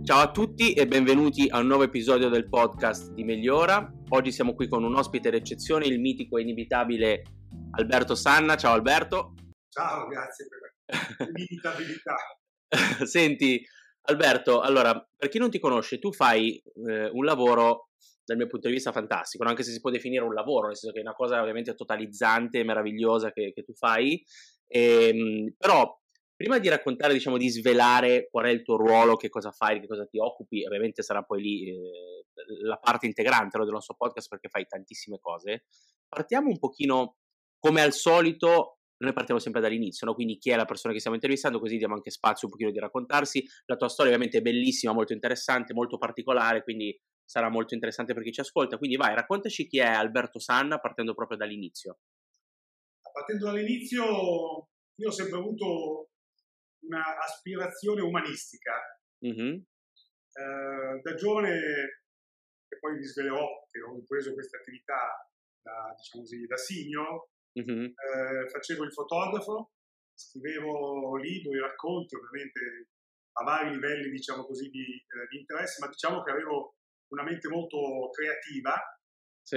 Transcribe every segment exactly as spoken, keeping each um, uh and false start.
Ciao a tutti e benvenuti a un nuovo episodio del podcast di Migliora. Oggi siamo qui con un ospite d'eccezione, il mitico e inimitabile Alberto Sanna. Ciao Alberto. Ciao, grazie per l'inevitabilità. Senti Alberto, allora, per chi non ti conosce, tu fai eh, un lavoro dal mio punto di vista fantastico, no? Anche se si può definire un lavoro, nel senso che è una cosa ovviamente totalizzante e meravigliosa che, che tu fai, e, però prima di raccontare, diciamo, di svelare qual è il tuo ruolo, che cosa fai, di che cosa ti occupi, ovviamente sarà poi lì eh, la parte integrante, no, del nostro podcast, perché fai tantissime cose, partiamo un pochino, come al solito, noi partiamo sempre dall'inizio, no? Quindi chi è la persona che stiamo intervistando, così diamo anche spazio un pochino di raccontarsi. La tua storia ovviamente è bellissima, molto interessante, molto particolare, quindi sarà molto interessante per chi ci ascolta. Quindi vai, raccontaci chi è Alberto Sanna, partendo proprio dall'inizio. Partendo dall'inizio, io ho sempre avuto una aspirazione umanistica. Mm-hmm. Eh, da giovane, e poi vi svelerò che ho preso questa attività da, diciamo così, da senior, Mm-hmm. eh, facevo il fotografo, scrivevo libri, racconti, ovviamente a vari livelli, diciamo così, di, eh, di interesse, ma diciamo che avevo una mente molto creativa. Sì.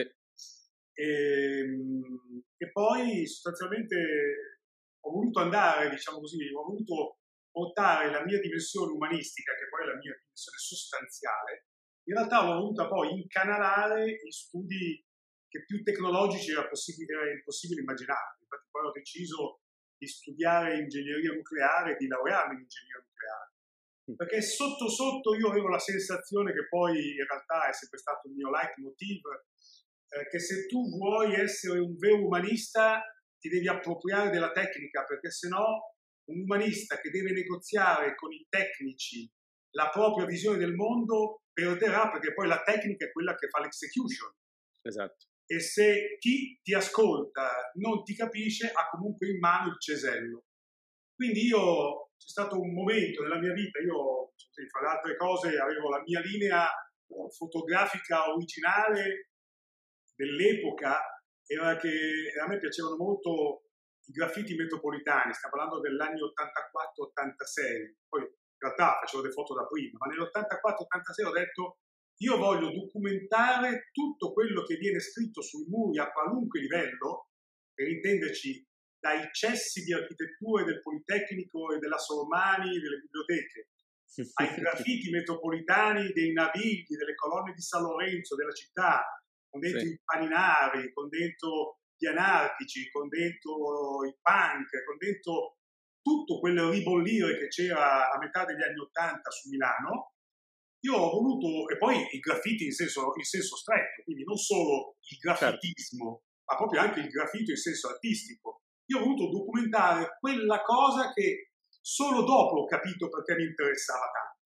E, e poi sostanzialmente ho voluto andare, diciamo così, ho voluto portare la mia dimensione umanistica, che poi è la mia dimensione sostanziale, in realtà l'ho voluta poi incanalare in studi che più tecnologici era, possibile, era impossibile immaginare. Infatti poi ho deciso di studiare ingegneria nucleare e di laurearmi in ingegneria nucleare. Perché sotto sotto io avevo la sensazione, che poi in realtà è sempre stato il mio leitmotiv, eh, che se tu vuoi essere un vero umanista ti devi appropriare della tecnica, perché sennò un umanista che deve negoziare con i tecnici la propria visione del mondo perderà, perché poi la tecnica è quella che fa l'execution. Esatto. E se chi ti ascolta non ti capisce, ha comunque in mano il cesello. Quindi io, c'è stato un momento nella mia vita, io fra le altre cose avevo la mia linea fotografica originale dell'epoca, era che a me piacevano molto i graffiti metropolitani, stiamo parlando degli anni ottantaquattro ottantasei, poi in realtà facevo delle foto da prima, ma nell'ottantaquattro ottantasei ho detto io voglio documentare tutto quello che viene scritto sui muri a qualunque livello, per intenderci dai cessi di architetture del Politecnico e della Sormani, delle biblioteche, ai graffiti metropolitani dei navigli, delle colonne di San Lorenzo, della città, con dentro sì. i paninari, con dentro gli anarchici, con dentro i punk, con dentro tutto quel ribollire che c'era a metà degli anni Ottanta su Milano. Io ho voluto, e poi i graffiti in senso, in senso stretto, quindi non solo il graffitismo, certo. ma proprio anche il graffito in senso artistico. Io ho voluto documentare quella cosa che solo dopo ho capito perché mi interessava tanto.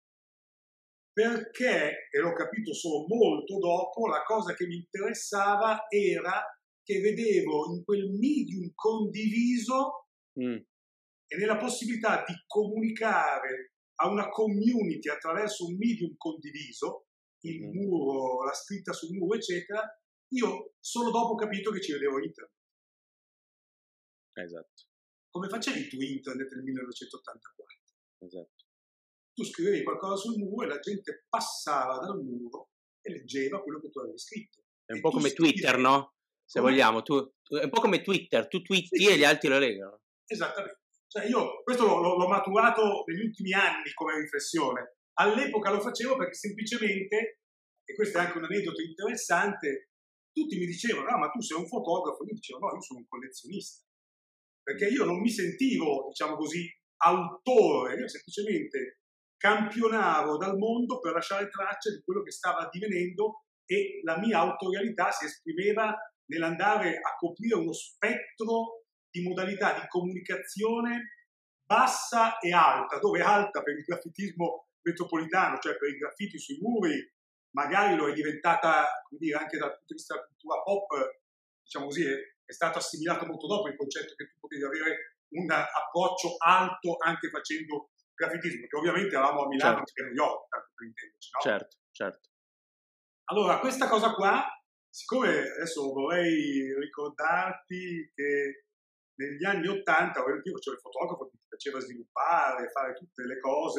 Perché, e l'ho capito solo molto dopo, la cosa che mi interessava era che vedevo in quel medium condiviso mm. e nella possibilità di comunicare a una community attraverso un medium condiviso, il mm. muro, la scritta sul muro, eccetera, io solo dopo ho capito che ci vedevo internet. Esatto. Come facevi tu internet nel millenovecentottantaquattro? Esatto. Tu scrivevi qualcosa sul muro e la gente passava dal muro e leggeva quello che tu avevi scritto. È un po' come Twitter, scrivevi... no? Se come? vogliamo, tu, tu, è un po' come Twitter, tu twitti sì, e gli altri lo leggono. Esattamente. Cioè io questo l'ho, l'ho maturato negli ultimi anni come riflessione. All'epoca lo facevo perché semplicemente, e questo è anche un aneddoto interessante, tutti mi dicevano, ah, ma tu sei un fotografo, io dicevo, no, io sono un collezionista. Perché io non mi sentivo, diciamo così, autore, io semplicemente campionavo dal mondo per lasciare traccia di quello che stava avvenendo e la mia autorialità si esprimeva nell'andare a coprire uno spettro di modalità di comunicazione bassa e alta, dove alta per il graffitismo metropolitano, cioè per i graffiti sui muri, magari lo è diventata, come dire, anche dal punto di vista della cultura pop, diciamo così, è, è stato assimilato molto dopo il concetto che tu potevi avere un approccio alto anche facendo graffitismo, che ovviamente eravamo a Milano e certo. a New York, tanto per intenderci, no? Certo, certo. Allora, questa cosa qua, siccome adesso vorrei ricordarti che negli anni Ottanta, io facevo il fotografo, mi piaceva sviluppare, fare tutte le cose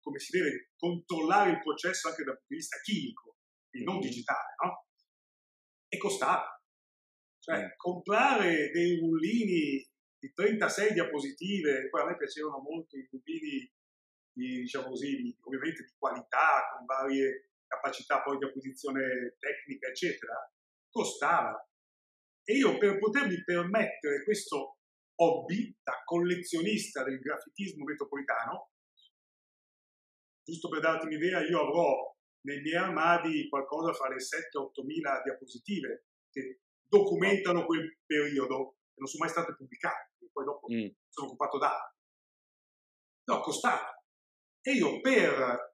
come si deve controllare il processo anche dal punto di vista chimico, e non digitale, no? E costava. Cioè, mm. comprare dei rullini di trentasei diapositive, poi a me piacevano molto i rullini, di, diciamo così, di, ovviamente di qualità, con varie capacità poi di acquisizione tecnica, eccetera, costava. E io, per potermi permettere questo hobby da collezionista del graffitismo metropolitano, giusto per darti un'idea, io avrò nei miei armadi qualcosa fra le sette otto mila diapositive che documentano quel periodo, che non sono mai state pubblicate, e poi dopo mm. sono occupato d'altro. No, costava. E io, per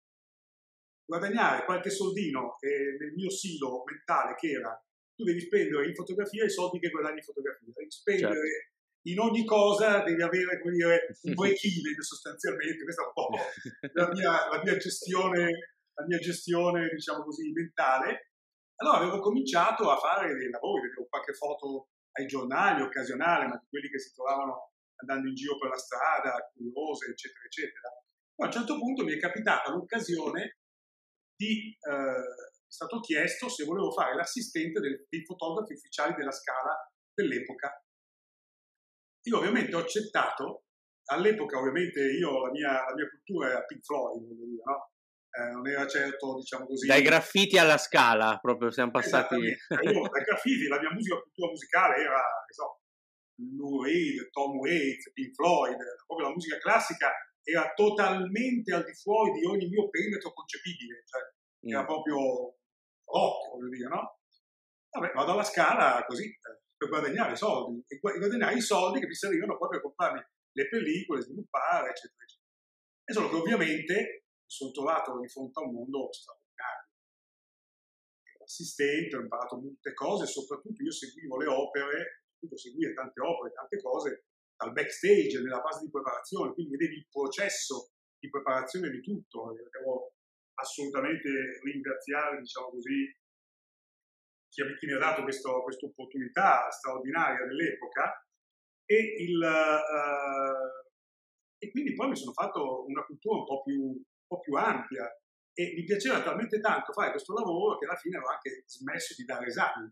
guadagnare qualche soldino eh, nel mio silo mentale, che era: tu devi spendere in fotografia i soldi che guadagni in fotografia, devi spendere certo. in ogni cosa, devi avere, come dire, un break-even sostanzialmente. Questa è un po' la mia, la mia gestione, la mia gestione, diciamo così, mentale. Allora avevo cominciato a fare dei lavori, vedevo qualche foto ai giornali, occasionale, ma di quelli che si trovavano andando in giro per la strada, curiose, eccetera, eccetera. Poi a un certo punto mi è capitata l'occasione di... Eh, è stato chiesto se volevo fare l'assistente del, dei fotografi ufficiali della Scala dell'epoca. Io ovviamente ho accettato. All'epoca ovviamente io, la mia, la mia cultura era Pink Floyd, voglio dire, no? Eh, non era certo, diciamo così... Dai graffiti alla Scala, proprio siamo passati... Io, dai graffiti, la mia musica, cultura musicale era, che so, Lou Reed, Tom Waits, Pink Floyd, proprio la musica classica era totalmente al di fuori di ogni mio perimetro concepibile, cioè mm. era proprio rock, voglio dire, no? Vabbè, vado alla Scala così, per guadagnare soldi, e guadagnare i soldi che mi servivano poi per comprarmi le pellicole, sviluppare, eccetera, eccetera. E solo che ovviamente mi sono trovato di fronte a un mondo straordinario. Ero assistente, ho imparato molte cose, e soprattutto io seguivo le opere, soprattutto seguire tante opere, tante cose, dal backstage, nella fase di preparazione, quindi vedevi il processo di preparazione di tutto. Devo assolutamente ringraziare, diciamo così, chi, chi mi ha dato questa opportunità straordinaria dell'epoca, e, il, uh, e quindi poi mi sono fatto una cultura un po' più, un po' più ampia, e mi piaceva talmente tanto fare questo lavoro che alla fine avevo anche smesso di dare esami.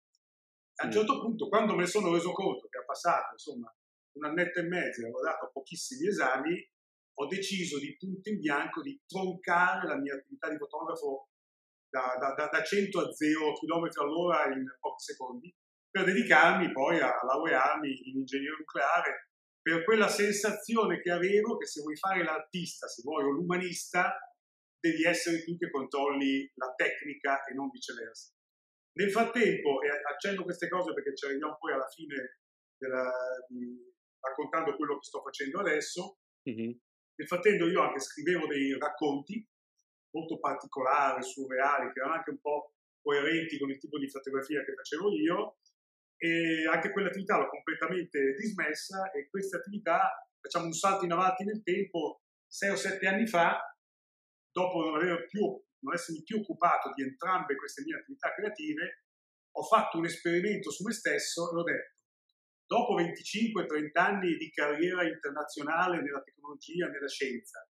A un certo punto, quando me ne sono reso conto che ha passato, insomma, un annetto e mezzo e avevo dato pochissimi esami, ho deciso di punto in bianco di troncare la mia attività di fotografo da, da, da, da cento a zero chilometri all'ora in pochi secondi, per dedicarmi poi a laurearmi in ingegneria nucleare, per quella sensazione che avevo che se vuoi fare l'artista, se vuoi, o l'umanista, devi essere tu che controlli la tecnica e non viceversa. Nel frattempo, e accenno queste cose perché ci arriviamo poi alla fine della, di, raccontando quello che sto facendo adesso, mm-hmm. nel frattempo io anche scrivevo dei racconti molto particolari, surreali, che erano anche un po' coerenti con il tipo di fotografia che facevo io, e anche quell'attività l'ho completamente dismessa, e questa attività, facciamo un salto in avanti nel tempo, sei o sette anni fa, dopo non aver più, non essermi più occupato di entrambe queste mie attività creative, ho fatto un esperimento su me stesso e ho detto: dopo venticinque trenta anni di carriera internazionale nella tecnologia, nella scienza,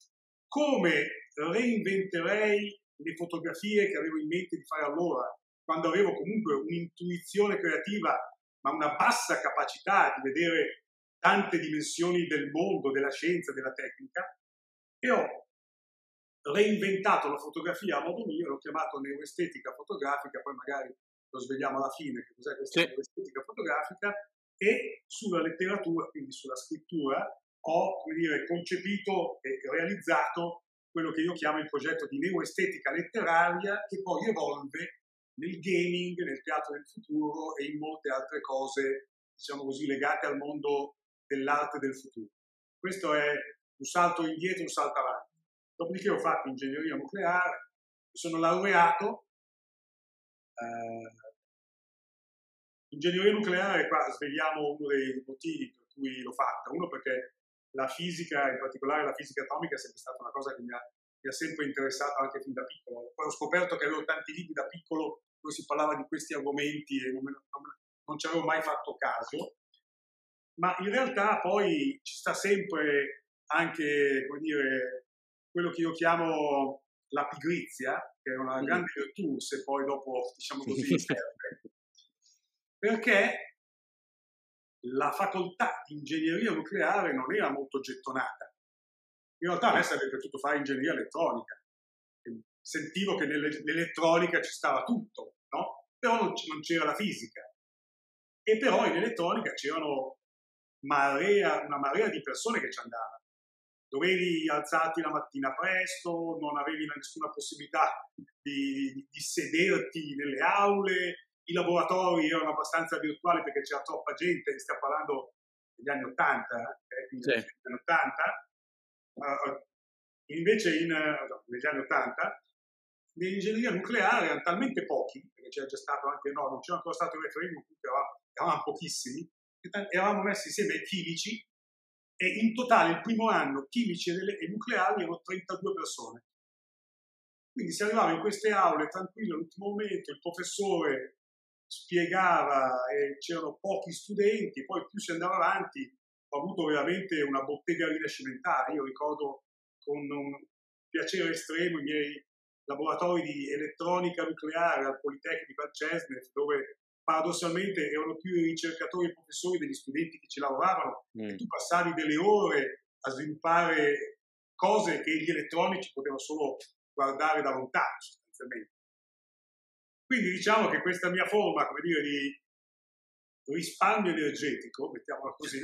come reinventerei le fotografie che avevo in mente di fare allora, quando avevo comunque un'intuizione creativa, ma una bassa capacità di vedere tante dimensioni del mondo, della scienza, della tecnica, e ho reinventato la fotografia a modo mio, l'ho chiamato neuroestetica fotografica, poi magari lo svegliamo alla fine che cos'è questa sì. neuroestetica fotografica, e sulla letteratura, quindi sulla scrittura, ho, come dire, concepito e realizzato quello che io chiamo il progetto di neuroestetica letteraria, che poi evolve nel gaming, nel teatro del futuro e in molte altre cose, diciamo così, legate al mondo dell'arte del futuro. Questo è un salto indietro, un salto avanti. Dopodiché ho fatto ingegneria nucleare, mi sono laureato. Eh, ingegneria nucleare, qua svegliamo uno dei motivi per cui l'ho fatta. Uno, perché la fisica, in particolare la fisica atomica, è sempre stata una cosa che mi ha, mi ha sempre interessato anche fin da piccolo. Poi ho scoperto che avevo tanti libri da piccolo dove si parlava di questi argomenti e non, me, non, non ci avevo mai fatto caso. Ma in realtà poi ci sta sempre anche, come dire, quello che io chiamo la pigrizia, che è una Mm. grande virtù, se poi dopo, diciamo così, serve, perché la facoltà di ingegneria nucleare non era molto gettonata. In realtà a me sarebbe piaciuto fare ingegneria elettronica. Sentivo che nell'elettronica ci stava tutto, no? Però non c'era la fisica. E però in elettronica c'erano marea, una marea di persone che ci andavano. Dovevi alzarti la mattina presto, non avevi nessuna possibilità di, di, di sederti nelle aule, i laboratori erano abbastanza virtuali perché c'era troppa gente, stiamo parlando degli anni ottanta, eh, quindi Sì. negli anni ottanta, uh, invece in, uh, negli anni ottanta, nell'ingegneria nucleare erano talmente pochi, perché c'era già stato anche, no, non c'era ancora stato il referendum, eravamo, eravamo pochissimi, eravamo messi insieme ai chimici, e in totale il primo anno chimici e nucleari erano trentadue persone. Quindi si arrivava in queste aule tranquillo all'ultimo momento, il professore spiegava e c'erano pochi studenti, poi più si andava avanti, ho avuto veramente una bottega rinascimentale. Io ricordo con un piacere estremo i miei laboratori di elettronica nucleare al Politecnico, al CESNEF, dove paradossalmente erano più i ricercatori e professori degli studenti che ci lavoravano, mm. e tu passavi delle ore a sviluppare cose che gli elettronici potevano solo guardare da lontano, sostanzialmente. Quindi diciamo che questa mia forma, come dire, di risparmio energetico, mettiamola così,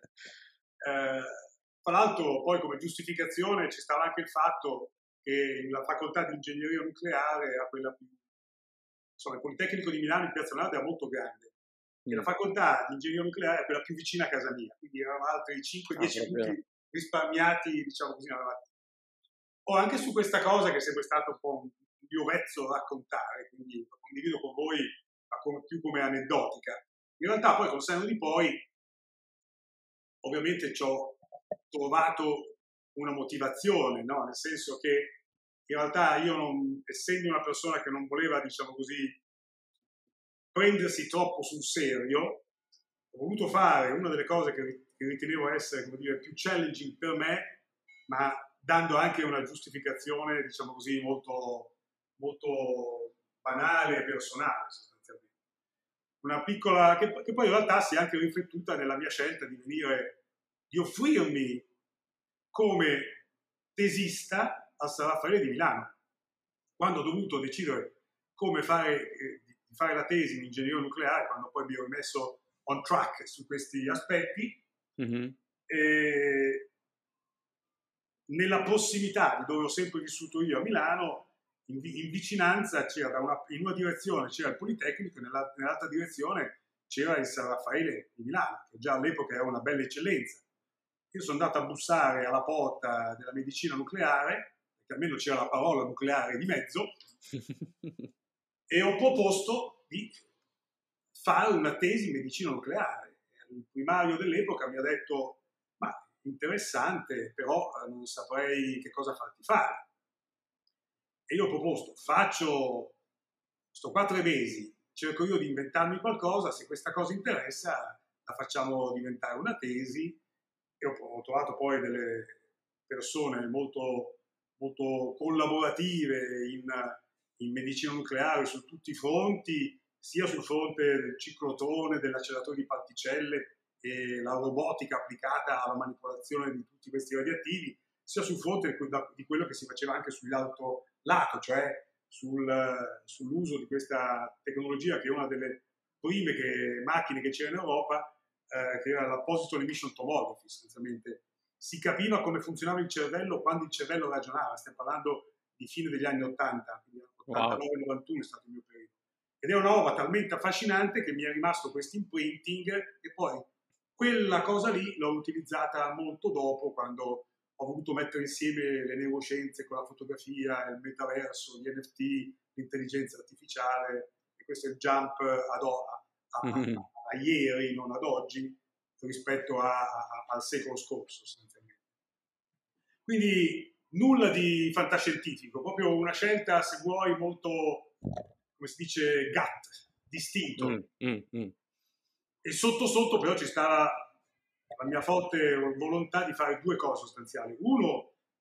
eh, tra l'altro poi come giustificazione ci stava anche il fatto che la facoltà di ingegneria nucleare era quella più, insomma, il Politecnico di Milano in Piazza Navona era molto grande, mm. e la facoltà di ingegneria nucleare è quella più vicina a casa mia, quindi erano altri cinque dieci ah, minuti risparmiati, diciamo così, nella mattina. O anche su questa cosa che è sempre stato un po' un mio vezzo raccontare, quindi lo condivido con voi, ma come, più come aneddotica. In realtà poi col senno di poi, ovviamente ci ho trovato una motivazione, no? Nel senso che in realtà io, non, essendo una persona che non voleva, diciamo così, prendersi troppo sul serio, ho voluto fare una delle cose che, che ritenevo essere, come dire, più challenging per me, ma dando anche una giustificazione, diciamo così, molto, molto banale e personale, sostanzialmente. Una piccola, che, che poi in realtà si è anche riflettuta nella mia scelta di venire, di offrirmi come tesista al San Raffaele di Milano. Quando ho dovuto decidere come fare, eh, di fare la tesi in ingegneria nucleare, quando poi mi ero messo on track su questi aspetti, mm-hmm. eh, nella prossimità di dove ho sempre vissuto io a Milano, in, in vicinanza c'era da una, in una direzione c'era il Politecnico e nella, nell'altra direzione c'era il San Raffaele di Milano, che già all'epoca era una bella eccellenza. Io sono andato a bussare alla porta della medicina nucleare, perché almeno c'era la parola nucleare di mezzo, e ho proposto di fare una tesi in medicina nucleare. Il primario dell'epoca mi ha detto: ma interessante, però non saprei che cosa farti fare. E io ho proposto: faccio, sto qua tre mesi, cerco io di inventarmi qualcosa, se questa cosa interessa la facciamo diventare una tesi. E ho, ho trovato poi delle persone molto, molto collaborative in, in medicina nucleare su tutti i fronti, sia sul fronte del ciclotrone, dell'acceleratore di particelle e la robotica applicata alla manipolazione di tutti questi radioattivi, sia sul fronte di quello che si faceva anche sull'altro lato, cioè sul, sull'uso di questa tecnologia, che è una delle prime che, macchine che c'era in Europa, eh, che era la Positron Emission Tomography. Sostanzialmente si capiva come funzionava il cervello quando il cervello ragionava. Stiamo parlando di fine degli anni ottanta, quindi ottantanove novantuno è stato il mio periodo. Ed è una roba talmente affascinante che mi è rimasto questo imprinting, e poi quella cosa lì l'ho utilizzata molto dopo, quando ho voluto mettere insieme le neuroscienze con la fotografia, il metaverso, gli N F T, l'intelligenza artificiale, e questo è il jump ad ora, a, a, a, a ieri, non ad oggi, rispetto a, a, al secolo scorso, sostanzialmente. Quindi nulla di fantascientifico, proprio una scelta, se vuoi, molto, come si dice, gut, distinto. Mm, mm, mm. E sotto sotto però ci stava la mia forte volontà di fare due cose sostanziali. Uno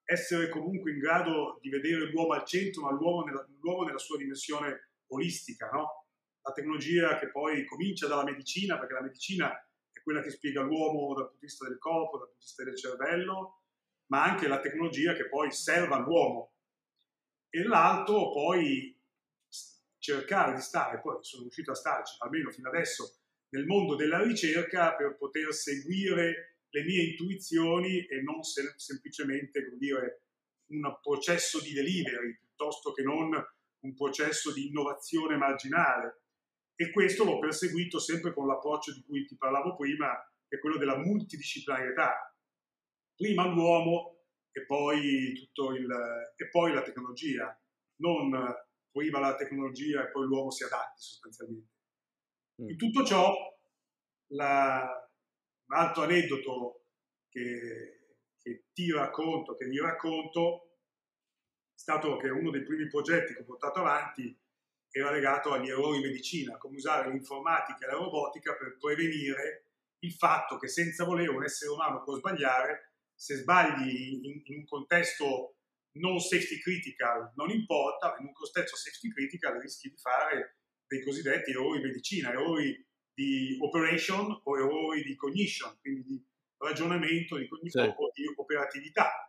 essere comunque in grado di vedere l'uomo al centro, ma l'uomo nella, l'uomo nella sua dimensione olistica, no? La tecnologia che poi comincia dalla medicina, perché la medicina è quella che spiega l'uomo dal punto di vista del corpo, dal punto di vista del cervello, ma anche la tecnologia che poi serve all'uomo. E l'altro poi cercare di stare, poi sono riuscito a starci, almeno fino adesso, nel mondo della ricerca per poter seguire le mie intuizioni e non se- semplicemente, come dire, un processo di delivery, piuttosto che non un processo di innovazione marginale. E questo l'ho perseguito sempre con l'approccio di cui ti parlavo prima, che è quello della multidisciplinarietà. Prima l'uomo e poi, tutto il, e poi la tecnologia, non prima la tecnologia e poi l'uomo si adatti sostanzialmente. In tutto ciò, la, un altro aneddoto che, che ti racconto, che vi racconto, è stato che uno dei primi progetti che ho portato avanti era legato agli errori in medicina, come usare l'informatica e la robotica per prevenire il fatto che senza volere un essere umano può sbagliare, se sbagli in, in un contesto non safety critical non importa, in un contesto safety critical rischi di fare dei cosiddetti errori in medicina, errori di operation o errori di cognition, quindi di ragionamento di cognizione o di operatività.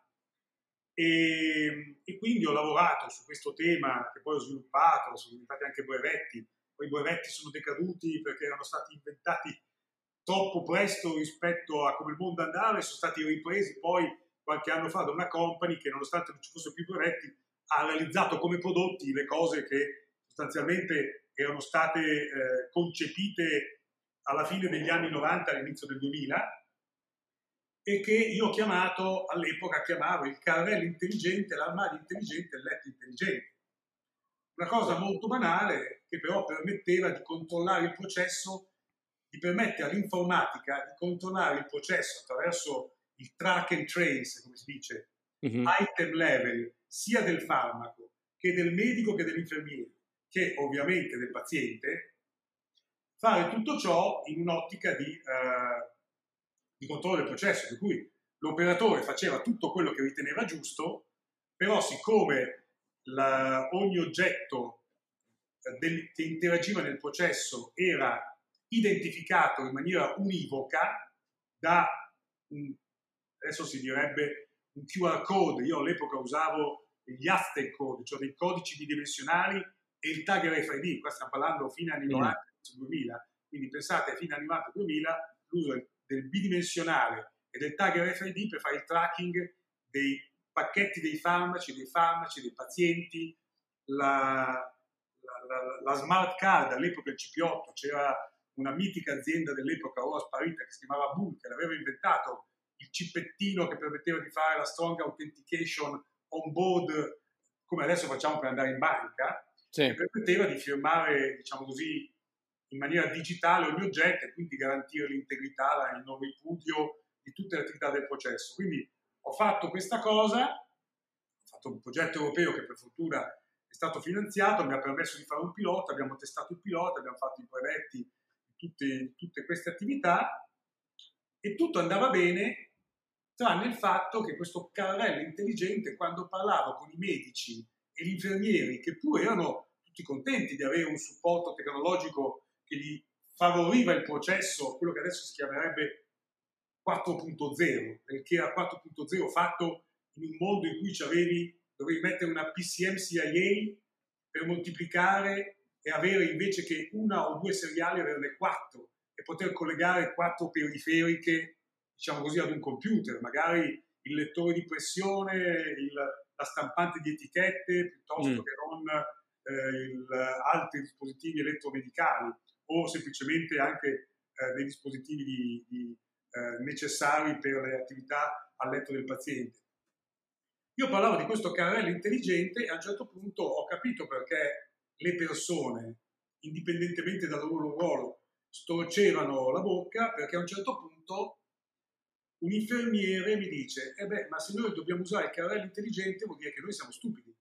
E, e quindi ho lavorato su questo tema che poi ho sviluppato, sono diventati anche brevetti, poi i brevetti sono decaduti perché erano stati inventati troppo presto rispetto a come il mondo andava e sono stati ripresi poi qualche anno fa da una company che, nonostante non ci fossero più brevetti, ha realizzato come prodotti le cose che sostanzialmente erano state eh, concepite alla fine degli anni novanta, all'inizio del duemila, e che io ho chiamato, all'epoca chiamavo il carrello intelligente, l'armadio intelligente, il letto intelligente. Una cosa molto banale che però permetteva di controllare il processo, di permettere all'informatica di controllare il processo attraverso il track and trace, come si dice, mm-hmm. item level, sia del farmaco che del medico che dell'infermiere, che ovviamente del paziente, fare tutto ciò in un'ottica di... Eh, di controllo del processo, per cui l'operatore faceva tutto quello che riteneva giusto, però siccome la, ogni oggetto del, che interagiva nel processo era identificato in maniera univoca da un, adesso si direbbe un Q R code, io all'epoca usavo gli Aztec code, cioè dei codici bidimensionali e il tag R F I D, qua stiamo parlando fine anni novanta, duemila, quindi pensate a fine anni novanta duemila, l'uso del del bidimensionale e del tag R F I D per fare il tracking dei pacchetti dei farmaci, dei farmaci, dei pazienti, la, la, la, la smart card, all'epoca il C P otto, c'era una mitica azienda dell'epoca, ora sparita, che si chiamava Bull, che aveva inventato il cippettino che permetteva di fare la strong authentication on board, come adesso facciamo per andare in banca, sì. Che permetteva di firmare, diciamo così, in maniera digitale ogni oggetto e quindi garantire l'integrità, il non ripudio di tutte le attività del processo. Quindi ho fatto questa cosa, ho fatto un progetto europeo che per fortuna è stato finanziato, mi ha permesso di fare un pilota, abbiamo testato il pilota, abbiamo fatto i brevetti di tutte, tutte queste attività e tutto andava bene, tranne il fatto che questo carrello intelligente, quando parlavo con i medici e gli infermieri, che pure erano tutti contenti di avere un supporto tecnologico che gli favoriva il processo, quello che adesso si chiamerebbe quattro punto zero, perché era quattro punto zero fatto in un mondo in cui avevi, dovevi mettere una P C M C I A per moltiplicare e avere invece che una o due seriali, averne quattro e poter collegare quattro periferiche, diciamo così, ad un computer, magari il lettore di pressione, il, la stampante di etichette, piuttosto mm. che non eh, il, altri dispositivi elettromedicali, o semplicemente anche eh, dei dispositivi di, di, eh, necessari per le attività a letto del paziente. Io parlavo di questo carrello intelligente e a un certo punto ho capito perché le persone, indipendentemente dal loro ruolo, storcevano la bocca, perché a un certo punto un infermiere mi dice eh beh, ma se noi dobbiamo usare il carrello intelligente vuol dire che noi siamo stupidi.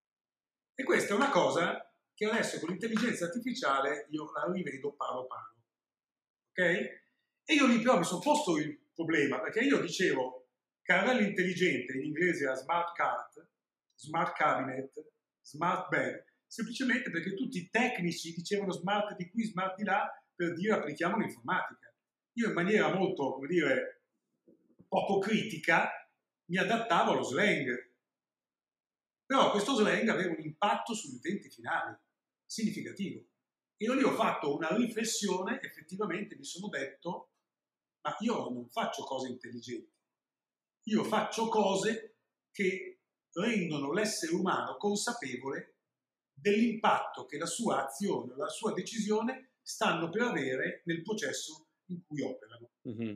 E questa è una cosa che adesso con l'intelligenza artificiale io la rivedo paro paro, ok? E io lì però mi sono posto il problema, perché io dicevo, carrello intelligente, in inglese era smart cart, smart cabinet, smart bed, semplicemente perché tutti i tecnici dicevano smart di qui, smart di là, per dire applichiamo l'informatica. Io in maniera molto, come dire, poco critica, mi adattavo allo slang. Però questo slang aveva un impatto sugli utenti finali, significativo. E io lì ho fatto una riflessione, effettivamente mi sono detto, ma io non faccio cose intelligenti, io faccio cose che rendono l'essere umano consapevole dell'impatto che la sua azione, la sua decisione stanno per avere nel processo in cui operano. Mm-hmm.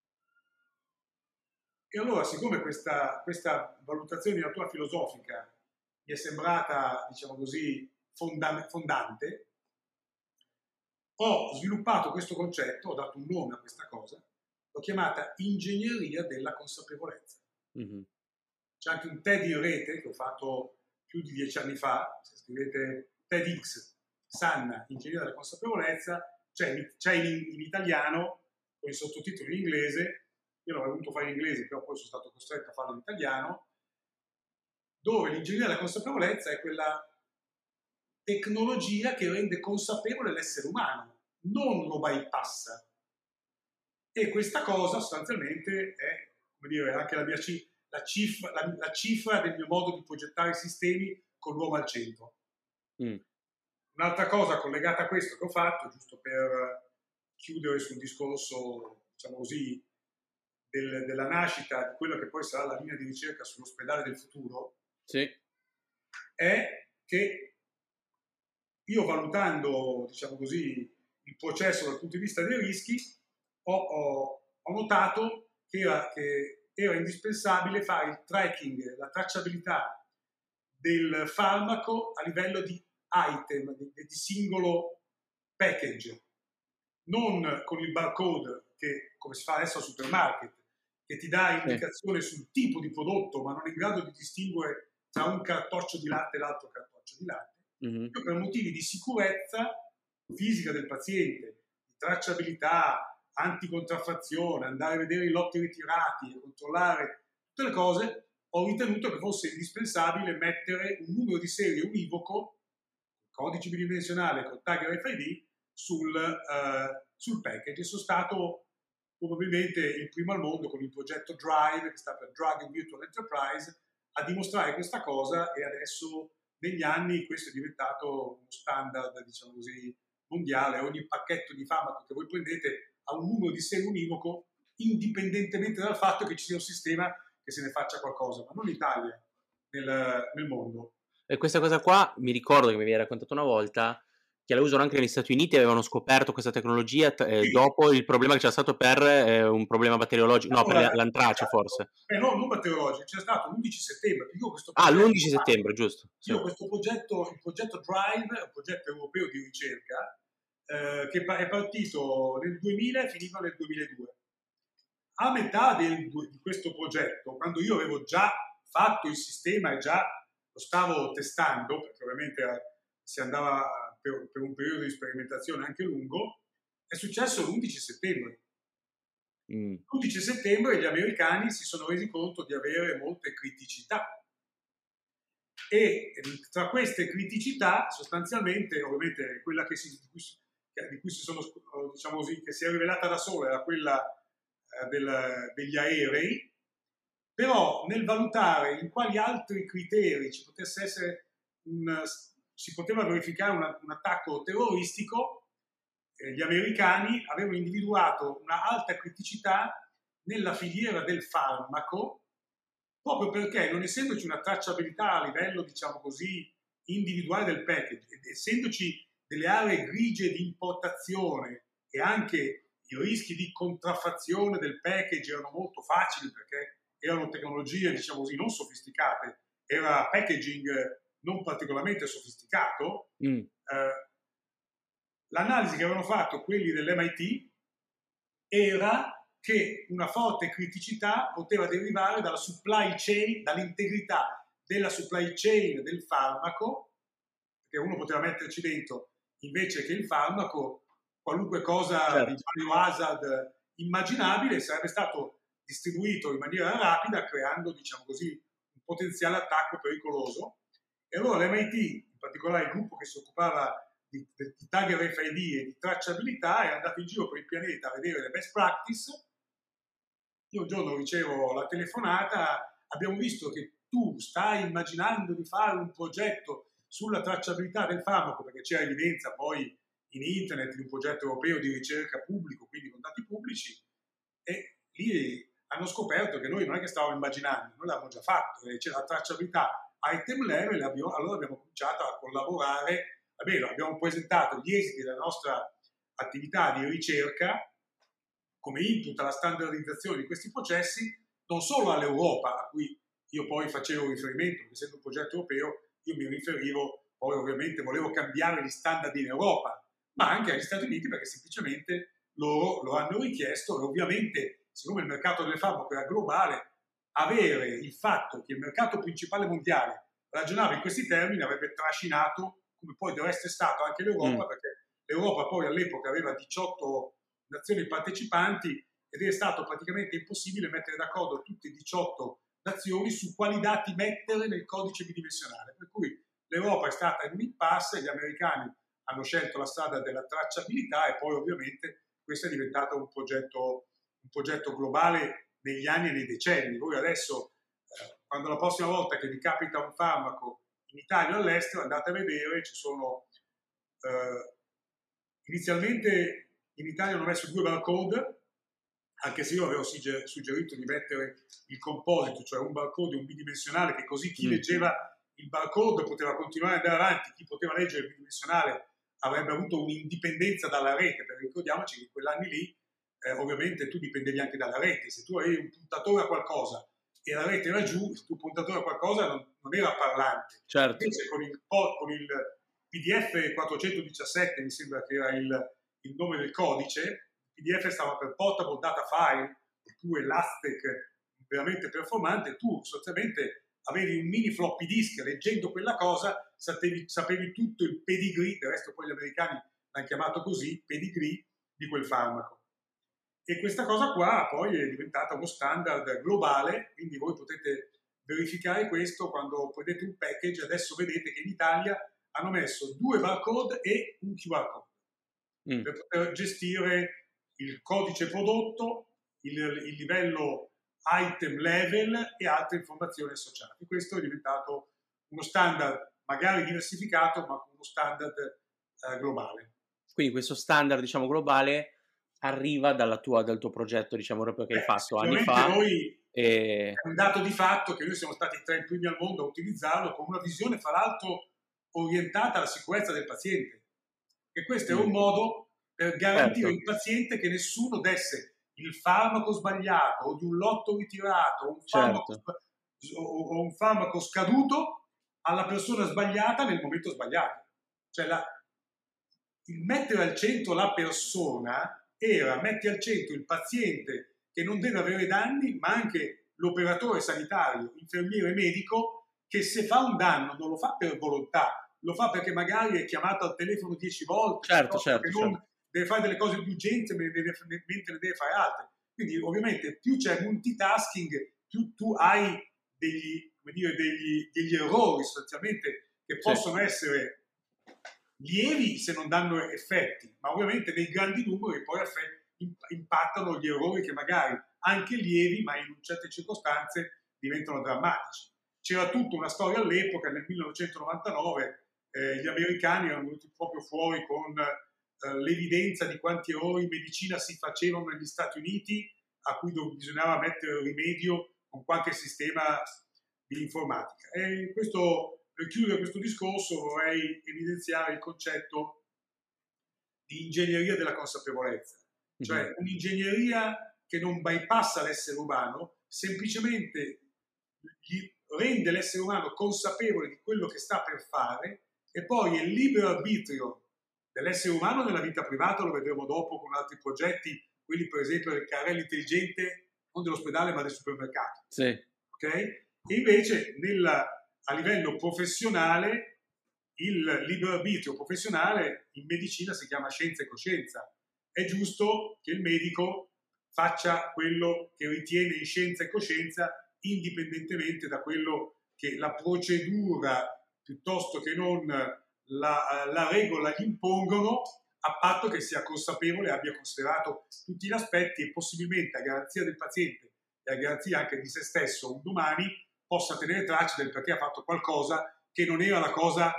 E allora, siccome questa, questa valutazione di natura filosofica mi è sembrata, diciamo così, fonda- fondante, ho sviluppato questo concetto, ho dato un nome a questa cosa, l'ho chiamata ingegneria della consapevolezza. Mm-hmm. C'è anche un TED in rete che ho fatto più di dieci anni fa, se scrivete TEDx, Sanna, ingegneria della consapevolezza, c'è, c'è in, in italiano, con i sottotitoli in inglese, io l'avrei voluto fare in inglese, però poi sono stato costretto a farlo in italiano, dove l'ingegneria della consapevolezza è quella tecnologia che rende consapevole l'essere umano, non lo bypassa. E questa cosa sostanzialmente è, come dire, anche la mia la cifra, la, la cifra del mio modo di progettare i sistemi con l'uomo al centro. Mm. Un'altra cosa collegata a questo che ho fatto, giusto per chiudere sul discorso, diciamo così, del, della nascita di quello che poi sarà la linea di ricerca sull'ospedale del futuro, sì, è che io, valutando, diciamo così, il processo dal punto di vista dei rischi, ho, ho, ho notato che era, che era indispensabile fare il tracking, la tracciabilità del farmaco a livello di item, di, di singolo package, non con il barcode che, come si fa adesso al supermarket, che ti dà indicazione sì. sul tipo di prodotto, ma non è in grado di distinguere tra un cartoccio di latte e l'altro cartoccio di latte. Mm-hmm. Io, per motivi di sicurezza fisica del paziente, di tracciabilità, anticontraffazione, andare a vedere i lotti ritirati e controllare tutte le cose, ho ritenuto che fosse indispensabile mettere un numero di serie univoco, codice bidimensionale con tag R F I D, sul, uh, sul package. E sono stato probabilmente il primo al mondo con il progetto DRIVE, che sta per Drug Virtual Enterprise, a dimostrare questa cosa, e adesso negli anni questo è diventato uno standard, diciamo così, mondiale. Ogni pacchetto di farmaco che voi prendete ha un numero di serie univoco, indipendentemente dal fatto che ci sia un sistema che se ne faccia qualcosa, ma non in Italia, nel, nel mondo. E questa cosa qua mi ricordo che mi avevi raccontato una volta che la usano anche negli Stati Uniti, avevano scoperto questa tecnologia eh, sì. dopo il problema che c'era stato per eh, un problema batteriologico, no, allora, per l'antrace esatto. forse. Eh, no, non batteriologico, c'è stato l'undici settembre. Io questo ah, l'undici settembre, giusto. Sì. Io questo progetto, il progetto DRIVE, un progetto europeo di ricerca, eh, che è partito nel duemila e finiva nel duemiladue. A metà del, di questo progetto, quando io avevo già fatto il sistema e già lo stavo testando, perché ovviamente si andava per, per un periodo di sperimentazione anche lungo, è successo l'undici settembre. Mm. L'undici settembre gli americani si sono resi conto di avere molte criticità, e tra queste criticità sostanzialmente, ovviamente quella che si, di, cui, di cui si sono, diciamo così, che si è rivelata da sola era quella eh, del, degli aerei, però nel valutare in quali altri criteri ci potesse essere un, si poteva verificare una, un attacco terroristico, eh, gli americani avevano individuato una alta criticità nella filiera del farmaco, proprio perché, non essendoci una tracciabilità a livello, diciamo così, individuale del package, ed essendoci delle aree grigie di importazione e anche i rischi di contraffazione del package erano molto facili, perché erano tecnologie, diciamo così, non sofisticate, era packaging non particolarmente sofisticato. Mm. Eh, l'analisi che avevano fatto quelli dell'M I T era che una forte criticità poteva derivare dalla supply chain, dall'integrità della supply chain del farmaco, perché uno poteva metterci dentro, invece che il farmaco, qualunque cosa certo. di biohazard immaginabile, sarebbe stato distribuito in maniera rapida, creando, diciamo così, un potenziale attacco pericoloso. E allora l'M I T, in particolare il gruppo che si occupava di, di tag R F I D e di tracciabilità, è andato in giro per il pianeta a vedere le best practice. Io un giorno ricevo la telefonata: abbiamo visto che tu stai immaginando di fare un progetto sulla tracciabilità del farmaco, perché c'era evidenza poi in internet di un progetto europeo di ricerca pubblico, quindi con dati pubblici, e lì hanno scoperto che noi non è che stavamo immaginando, noi l'abbiamo già fatto, e c'era la tracciabilità item level, abbiamo, allora abbiamo cominciato a collaborare, almeno abbiamo presentato gli esiti della nostra attività di ricerca come input alla standardizzazione di questi processi, non solo all'Europa, a cui io poi facevo riferimento, perché essendo un progetto europeo, io mi riferivo, poi ovviamente volevo cambiare gli standard in Europa, ma anche agli Stati Uniti, perché semplicemente loro lo hanno richiesto, e ovviamente, siccome il mercato del farmaco era globale, avere il fatto che il mercato principale mondiale ragionava in questi termini avrebbe trascinato, come poi del resto è stato anche l'Europa, mm. perché l'Europa poi all'epoca aveva diciotto nazioni partecipanti ed è stato praticamente impossibile mettere d'accordo tutte e diciotto nazioni su quali dati mettere nel codice bidimensionale, per cui l'Europa è stata in un impasse, gli americani hanno scelto la strada della tracciabilità e poi ovviamente questo è diventato un progetto, un progetto globale negli anni e nei decenni. Voi adesso, eh, quando la prossima volta che vi capita un farmaco in Italia o all'estero, andate a vedere, ci sono eh, inizialmente in Italia hanno messo due barcode, anche se io avevo suggerito di mettere il composito, cioè un barcode e un bidimensionale, che così chi mm. leggeva il barcode poteva continuare ad andare avanti, chi poteva leggere il bidimensionale avrebbe avuto un'indipendenza dalla rete, perché ricordiamoci che in quell'anni lì eh, ovviamente tu dipendevi anche dalla rete. Se tu avevi un puntatore a qualcosa e la rete era giù, il tuo puntatore a qualcosa non, non era parlante. Certo. Invece con il, con il P D F quattrocentodiciassette, mi sembra che era il, il nome del codice, il P D F stava per Portable Data File, oppure Elastic, veramente performante. Tu sostanzialmente avevi un mini floppy disk, leggendo quella cosa sapevi, sapevi tutto il pedigree, del resto poi gli americani l'hanno chiamato così, pedigree di quel farmaco. E questa cosa qua poi è diventata uno standard globale, quindi voi potete verificare questo quando prendete un package. Adesso vedete che in Italia hanno messo due barcode e un Q R code mm. per poter gestire il codice prodotto, il, il livello item level e altre informazioni associate. Questo è diventato uno standard magari diversificato, ma uno standard eh, globale. Quindi questo standard, diciamo, globale arriva dalla tua, dal tuo progetto, diciamo, proprio che Beh, hai fatto anni fa. Noi e... È un dato di fatto che noi siamo stati tra i primi al mondo a utilizzarlo, con una visione, fra l'altro, orientata alla sicurezza del paziente. E questo mm. è un modo per garantire certo. al paziente che nessuno desse il farmaco sbagliato o di un lotto ritirato o un farmaco, certo. o un farmaco scaduto alla persona sbagliata nel momento sbagliato. Cioè la, il mettere al centro la persona era mettere al centro il paziente che non deve avere danni, ma anche l'operatore sanitario, infermiere, medico, che se fa un danno non lo fa per volontà, lo fa perché magari è chiamato al telefono dieci volte, certo, certo, non certo. deve fare delle cose di urgenza mentre ne deve fare altre. Quindi ovviamente più c'è multitasking, più tu hai degli, come dire, degli, degli errori sostanzialmente che possono sì. essere lievi se non danno effetti, ma ovviamente dei grandi numeri poi impattano gli errori che magari anche lievi, ma in certe circostanze diventano drammatici. C'era tutta una storia all'epoca, nel millenovecentonovantanove, eh, gli americani erano venuti proprio fuori con eh, l'evidenza di quanti errori in medicina si facevano negli Stati Uniti, a cui bisognava mettere rimedio con qualche sistema di informatica. E questo, per chiudere questo discorso, vorrei evidenziare il concetto di ingegneria della consapevolezza, cioè mm-hmm. un'ingegneria che non bypassa l'essere umano, semplicemente gli rende l'essere umano consapevole di quello che sta per fare, e poi il libero arbitrio dell'essere umano nella vita privata, lo vedremo dopo con altri progetti, quelli per esempio del carrello intelligente, non dell'ospedale ma del supermercato. Sì. Okay? E invece nel, a livello professionale, il libero arbitrio professionale in medicina si chiama scienza e coscienza. È giusto che il medico faccia quello che ritiene in scienza e coscienza, indipendentemente da quello che la procedura piuttosto che non la, la regola gli impongono, a patto che sia consapevole e abbia considerato tutti gli aspetti e possibilmente a garanzia del paziente e a garanzia anche di se stesso un domani possa tenere traccia del perché ha fatto qualcosa che non era la cosa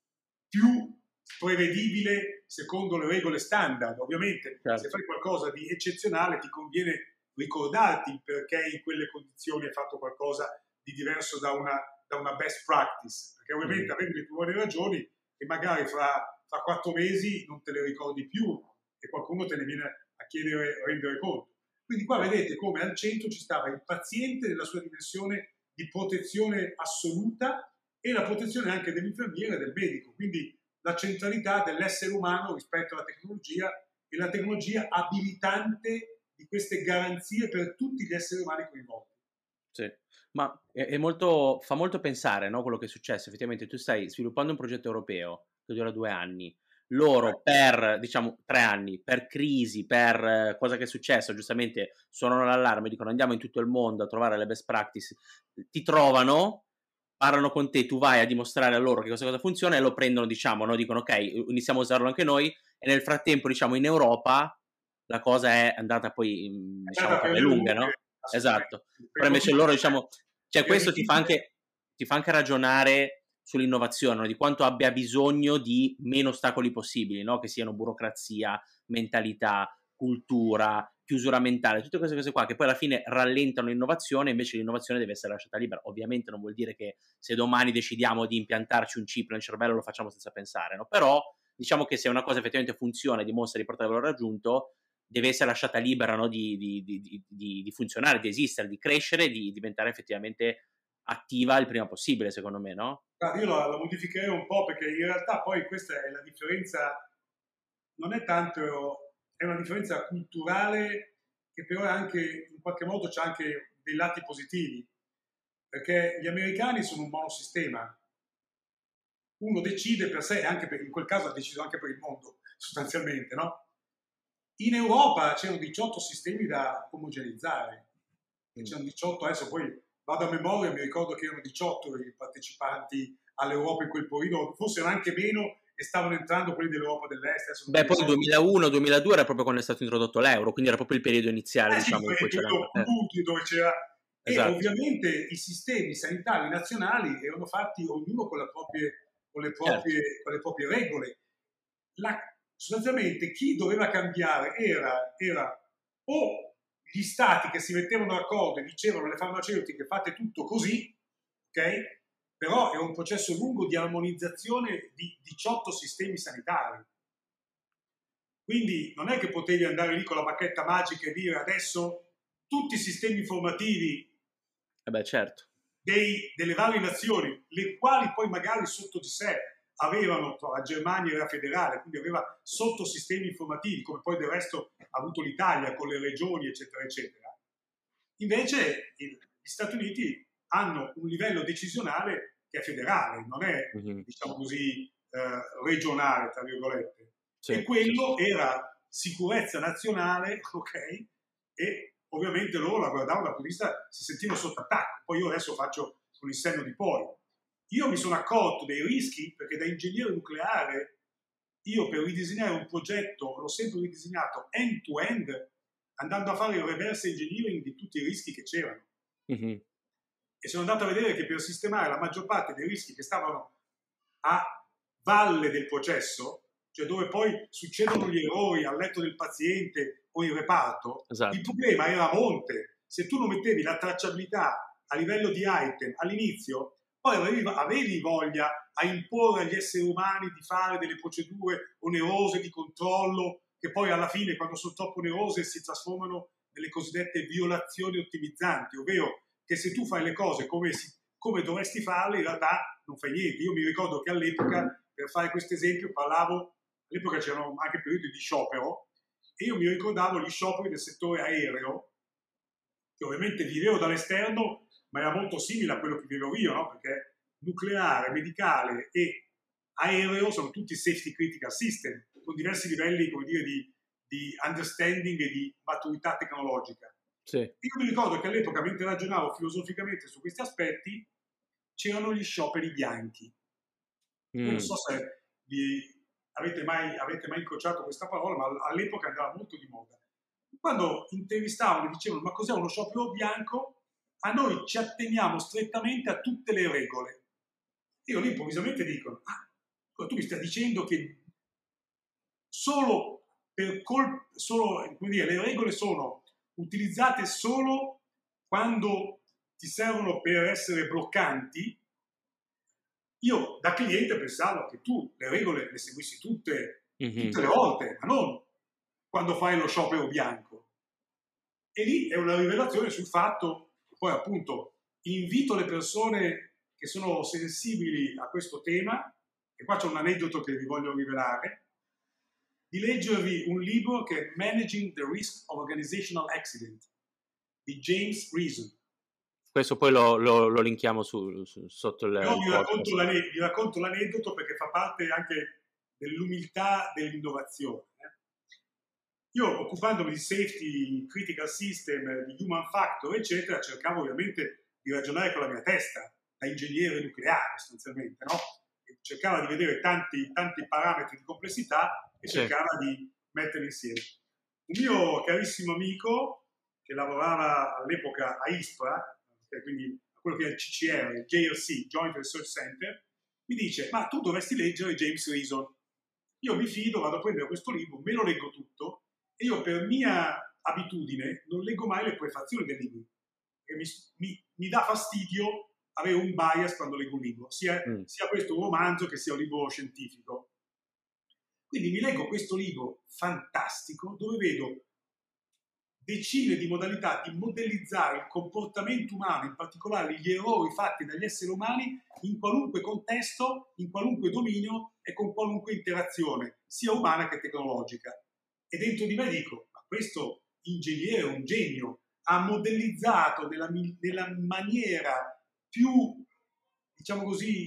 più prevedibile secondo le regole standard. Ovviamente certo. Se fai qualcosa di eccezionale ti conviene ricordarti il perché in quelle condizioni hai fatto qualcosa di diverso da una, da una best practice, perché ovviamente mm. avevi le tue buone ragioni e magari fra, fra quattro mesi non te le ricordi più e qualcuno te ne viene a chiedere, a rendere conto. Quindi qua vedete come al centro ci stava il paziente nella sua dimensione di protezione assoluta e la protezione anche dell'infermiere e del medico, quindi la centralità dell'essere umano rispetto alla tecnologia e la tecnologia abilitante di queste garanzie per tutti gli esseri umani coinvolti. Sì, ma è, è molto, fa molto pensare, no, quello che è successo. Effettivamente tu stai sviluppando un progetto europeo che dura due anni, loro per, diciamo, tre anni, per crisi, per eh, cosa che è successo, giustamente suonano l'allarme, dicono andiamo in tutto il mondo a trovare le best practice, ti trovano, parlano con te, tu vai a dimostrare a loro che cosa, cosa funziona e lo prendono, diciamo, no? Dicono ok, iniziamo a usarlo anche noi e nel frattempo, diciamo, in Europa la cosa è andata poi, in, diciamo, per le lunghe, no? Esatto. Però invece loro, diciamo, cioè questo ti fa anche, ti fa anche ragionare sull'innovazione, no? Di quanto abbia bisogno di meno ostacoli possibili, no? Che siano burocrazia, mentalità, cultura, chiusura mentale, tutte queste cose qua che poi alla fine rallentano l'innovazione. Invece l'innovazione deve essere lasciata libera. Ovviamente non vuol dire che se domani decidiamo di impiantarci un chip nel cervello lo facciamo senza pensare, no? Però diciamo che se una cosa effettivamente funziona e dimostra di portare valore raggiunto, deve essere lasciata libera, no? di, di, di, di, di funzionare, di esistere, di crescere, di diventare effettivamente attiva il prima possibile, secondo me, no? Io la, la modificherei un po', perché in realtà poi questa è la differenza, non è tanto, è una differenza culturale che però è anche, in qualche modo c'ha anche dei lati positivi, perché gli americani sono un monosistema, uno decide per sé, anche per, in quel caso ha deciso anche per il mondo, sostanzialmente, no? In Europa c'erano diciotto sistemi da omogeneizzare, mm. c'erano diciotto, adesso poi vado a memoria, mi ricordo che erano diciotto i partecipanti all'Europa in quel periodo, forse erano anche meno e stavano entrando quelli dell'Europa dell'Est. Beh, poi il duemilauno duemiladue era proprio quando è stato introdotto l'euro, quindi era proprio il periodo iniziale, eh, diciamo, sì, in cui c'era... Eh. dove c'era... Esatto. E ovviamente i sistemi sanitari nazionali erano fatti ognuno con, la proprie, con, le, proprie, certo. con le proprie regole. La, sostanzialmente chi doveva cambiare era, era o gli stati che si mettevano d'accordo e dicevano alle farmaceutiche fate tutto così, ok? Però è un processo lungo di armonizzazione di diciotto sistemi sanitari. Quindi non è che potevi andare lì con la bacchetta magica e dire adesso tutti i sistemi informativi eh beh, certo. dei, delle varie nazioni, le quali poi magari sotto di sé avevano, la Germania era federale, quindi aveva sottosistemi informativi, come poi del resto ha avuto l'Italia con le regioni, eccetera, eccetera. Invece gli Stati Uniti hanno un livello decisionale che è federale, non è, mm-hmm. diciamo così, eh, regionale, tra virgolette. Sì, e quello sì. era sicurezza nazionale, ok? E ovviamente loro la guardavano dal punto di vista, si sentivano sotto attacco. Poi io adesso faccio con il senno di poi. Io mi sono accorto dei rischi, perché da ingegnere nucleare, io per ridisegnare un progetto l'ho sempre ridisegnato end-to-end, andando a fare il reverse engineering di tutti i rischi che c'erano. Mm-hmm. E sono andato a vedere che per sistemare la maggior parte dei rischi che stavano a valle del processo, cioè dove poi succedono gli errori al letto del paziente o in reparto, esatto. il problema era a monte. Se tu non mettevi la tracciabilità a livello di item all'inizio, poi avevi, avevi voglia a imporre agli esseri umani di fare delle procedure onerose di controllo, che poi alla fine, quando sono troppo onerose, si trasformano nelle cosiddette violazioni ottimizzanti, ovvero che se tu fai le cose come, si, come dovresti farle, in realtà non fai niente. Io mi ricordo che all'epoca, per fare questo esempio, parlavo, all'epoca c'erano anche periodi di sciopero, e io mi ricordavo gli scioperi del settore aereo, che ovviamente vivevo dall'esterno, ma era molto simile a quello che vivevo io, no? Perché nucleare, medicale e aereo sono tutti safety critical system, con diversi livelli, come dire, di, di understanding e di maturità tecnologica. Sì. Io mi ricordo che all'epoca, mentre ragionavo filosoficamente su questi aspetti, c'erano gli scioperi bianchi. Mm. Io non so se vi avete mai, avete mai incrociato questa parola, ma all'epoca andava molto di moda. Quando intervistavano e dicevano ma cos'è uno sciopero bianco, a noi ci atteniamo strettamente a tutte le regole. Io lì improvvisamente dicono, ah, tu mi stai dicendo che solo per colpa, solo, come dire, le regole sono utilizzate solo quando ti servono per essere bloccanti. Io da cliente pensavo che tu le regole le seguissi tutte, mm-hmm. tutte le volte, ma non quando fai lo sciopero bianco. E lì è una rivelazione sul fatto, poi appunto invito le persone che sono sensibili a questo tema, e qua c'è un aneddoto che vi voglio rivelare, di leggervi un libro che è Managing the Risk of Organizational Accident di James Reason. Questo poi lo, lo, lo linkiamo su, su, sotto il Io vi racconto, vi racconto l'aneddoto perché fa parte anche dell'umiltà dell'innovazione. Io, occupandomi di safety, critical system, di human factor, eccetera, cercavo ovviamente di ragionare con la mia testa, da ingegnere nucleare sostanzialmente, no? E cercava di vedere tanti, tanti parametri di complessità e sì. cercava di metterli insieme. Un mio carissimo amico, che lavorava all'epoca a ISPRA, quindi quello che è il C C R, il J R C, Joint Research Center, mi dice, ma tu dovresti leggere James Reason. Io mi fido, vado a prendere questo libro, me lo leggo tutto, e io per mia abitudine non leggo mai le prefazioni del libro. E mi, mi, mi dà fastidio avere un bias quando leggo un libro, sia, mm. sia questo un romanzo che sia un libro scientifico. Quindi mi leggo questo libro fantastico, dove vedo decine di modalità di modellizzare il comportamento umano, in particolare gli errori fatti dagli esseri umani in qualunque contesto, in qualunque dominio e con qualunque interazione, sia umana che tecnologica. E dentro di me dico, ma questo ingegnere, un genio, ha modellizzato nella, nella maniera più, diciamo così,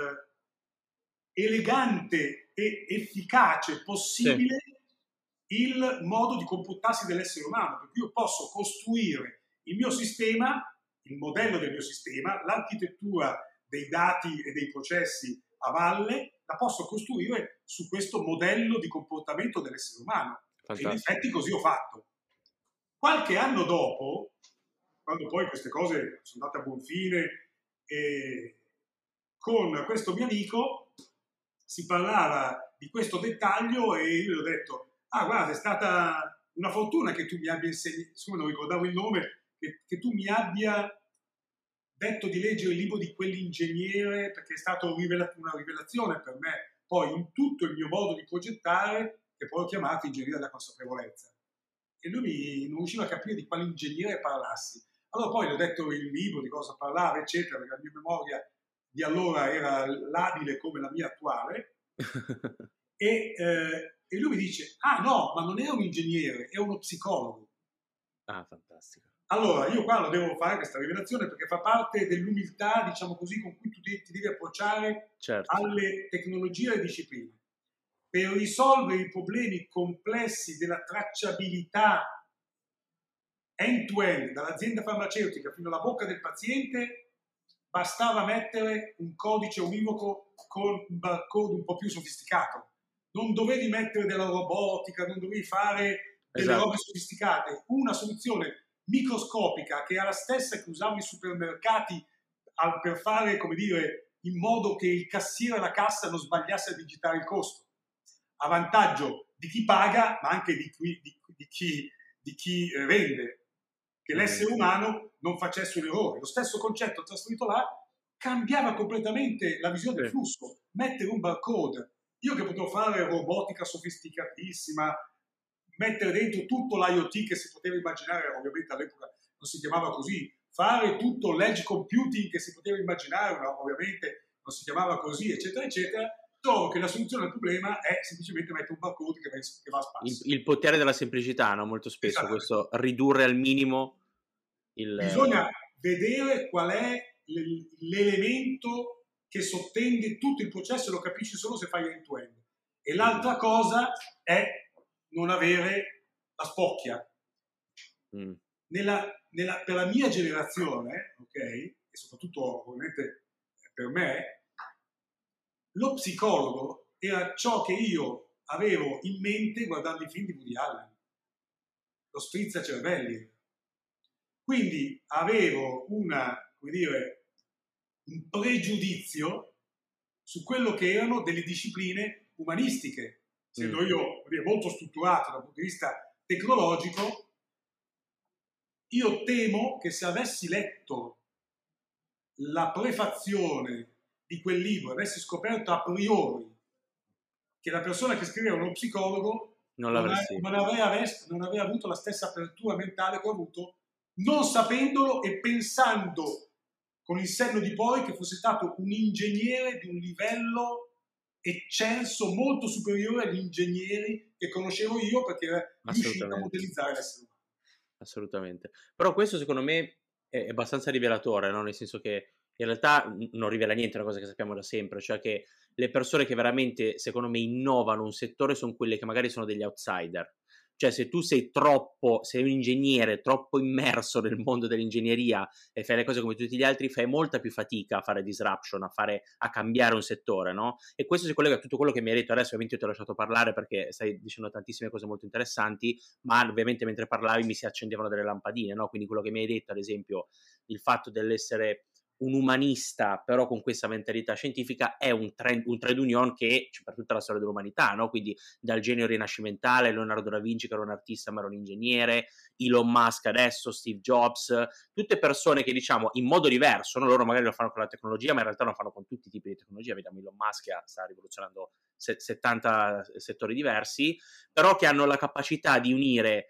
eh, elegante e efficace possibile sì. il modo di comportarsi dell'essere umano, per cui io posso costruire il mio sistema, il modello del mio sistema, l'architettura dei dati e dei processi a valle, la posso costruire su questo modello di comportamento dell'essere umano. Fantastico. E in effetti così ho fatto. Qualche anno dopo, quando poi queste cose sono andate a buon fine, e con questo mio amico si parlava di questo dettaglio e io gli ho detto ah guarda, è stata una fortuna che tu mi abbia insegnato, insomma non ricordavo il nome, che, che tu mi abbia detto di leggere il libro di quell'ingegnere, perché è stata una rivelazione per me, poi in tutto il mio modo di progettare, che poi ho chiamato ingegneria della consapevolezza. E lui mi, non riusciva a capire di quale ingegnere parlassi. Allora poi gli ho detto il libro, di cosa parlava, eccetera, perché la mia memoria di allora era labile come la mia attuale. e, eh, e lui mi dice, ah no, ma non è un ingegnere, è uno psicologo. Ah, fantastico. Allora, io qua lo devo fare questa rivelazione perché fa parte dell'umiltà, diciamo così, con cui tu ti, ti devi approcciare certo. alle tecnologie e alle discipline. Per risolvere i problemi complessi della tracciabilità end-to-end, dall'azienda farmaceutica fino alla bocca del paziente, bastava mettere un codice univoco con un barcode un po' più sofisticato. Non dovevi mettere della robotica, non dovevi fare delle esatto. robe sofisticate. Una soluzione microscopica che era la stessa che usavano i supermercati per fare, come dire, in modo che il cassiere alla cassa non sbagliasse a digitare il costo. A vantaggio di chi paga, ma anche di, qui, di, di chi, di chi vende, che l'essere umano non facesse un errore. Lo stesso concetto trasferito là cambiava completamente la visione del flusso. Mettere un barcode, io che potevo fare robotica sofisticatissima, mettere dentro tutto l'I O T che si poteva immaginare, ovviamente all'epoca non si chiamava così, fare tutto l'edge computing che si poteva immaginare, ma ovviamente non si chiamava così, eccetera, eccetera. Trovo che la soluzione al problema è semplicemente mettere un barcode che va, che va a spasso. Il, il potere della semplicità, no? Molto spesso esatto. questo ridurre al minimo il... Bisogna vedere qual è l'elemento che sottende tutto il processo e lo capisci solo se fai end-to-end. E l'altra cosa è non avere la spocchia. Mm. Nella, nella, per la mia generazione, ok, e soprattutto ovviamente per me, lo psicologo era ciò che io avevo in mente guardando i film di Woody Allen, lo strizzacervelli. Quindi avevo una, come dire, un pregiudizio su quello che erano delle discipline umanistiche. Essendo mm. io dire, molto strutturato dal punto di vista tecnologico, io temo che se avessi letto la prefazione di quel libro, avessi scoperto a priori che la persona che scriveva uno psicologo non, non, ha, non, aveva, non aveva avuto la stessa apertura mentale che ho avuto, non sapendolo e pensando con il senno di poi che fosse stato un ingegnere di un livello eccelso, molto superiore agli ingegneri che conoscevo io, perché era riuscito a modellizzare l'essere umano. Assolutamente. Però questo secondo me è abbastanza rivelatore, no? Nel senso che in realtà non rivela niente, è una cosa che sappiamo da sempre, cioè che le persone che veramente, secondo me, innovano un settore sono quelle che magari sono degli outsider. Cioè se tu sei troppo, sei un ingegnere troppo immerso nel mondo dell'ingegneria e fai le cose come tutti gli altri, fai molta più fatica a fare disruption, a, fare, a cambiare un settore, no? E questo si collega a tutto quello che mi hai detto adesso. Ovviamente io ti ho lasciato parlare perché stai dicendo tantissime cose molto interessanti, ma ovviamente mentre parlavi mi si accendevano delle lampadine, no? Quindi quello che mi hai detto, ad esempio, il fatto dell'essere un umanista però con questa mentalità scientifica è un trend, un trade union che c'è per tutta la storia dell'umanità, no? Quindi dal genio rinascimentale, Leonardo da Vinci che era un artista ma era un ingegnere, Elon Musk adesso, Steve Jobs, tutte persone che diciamo in modo diverso, no? Loro magari lo fanno con la tecnologia ma in realtà lo fanno con tutti i tipi di tecnologia. Vediamo Elon Musk che sta rivoluzionando settanta settori diversi, però che hanno la capacità di unire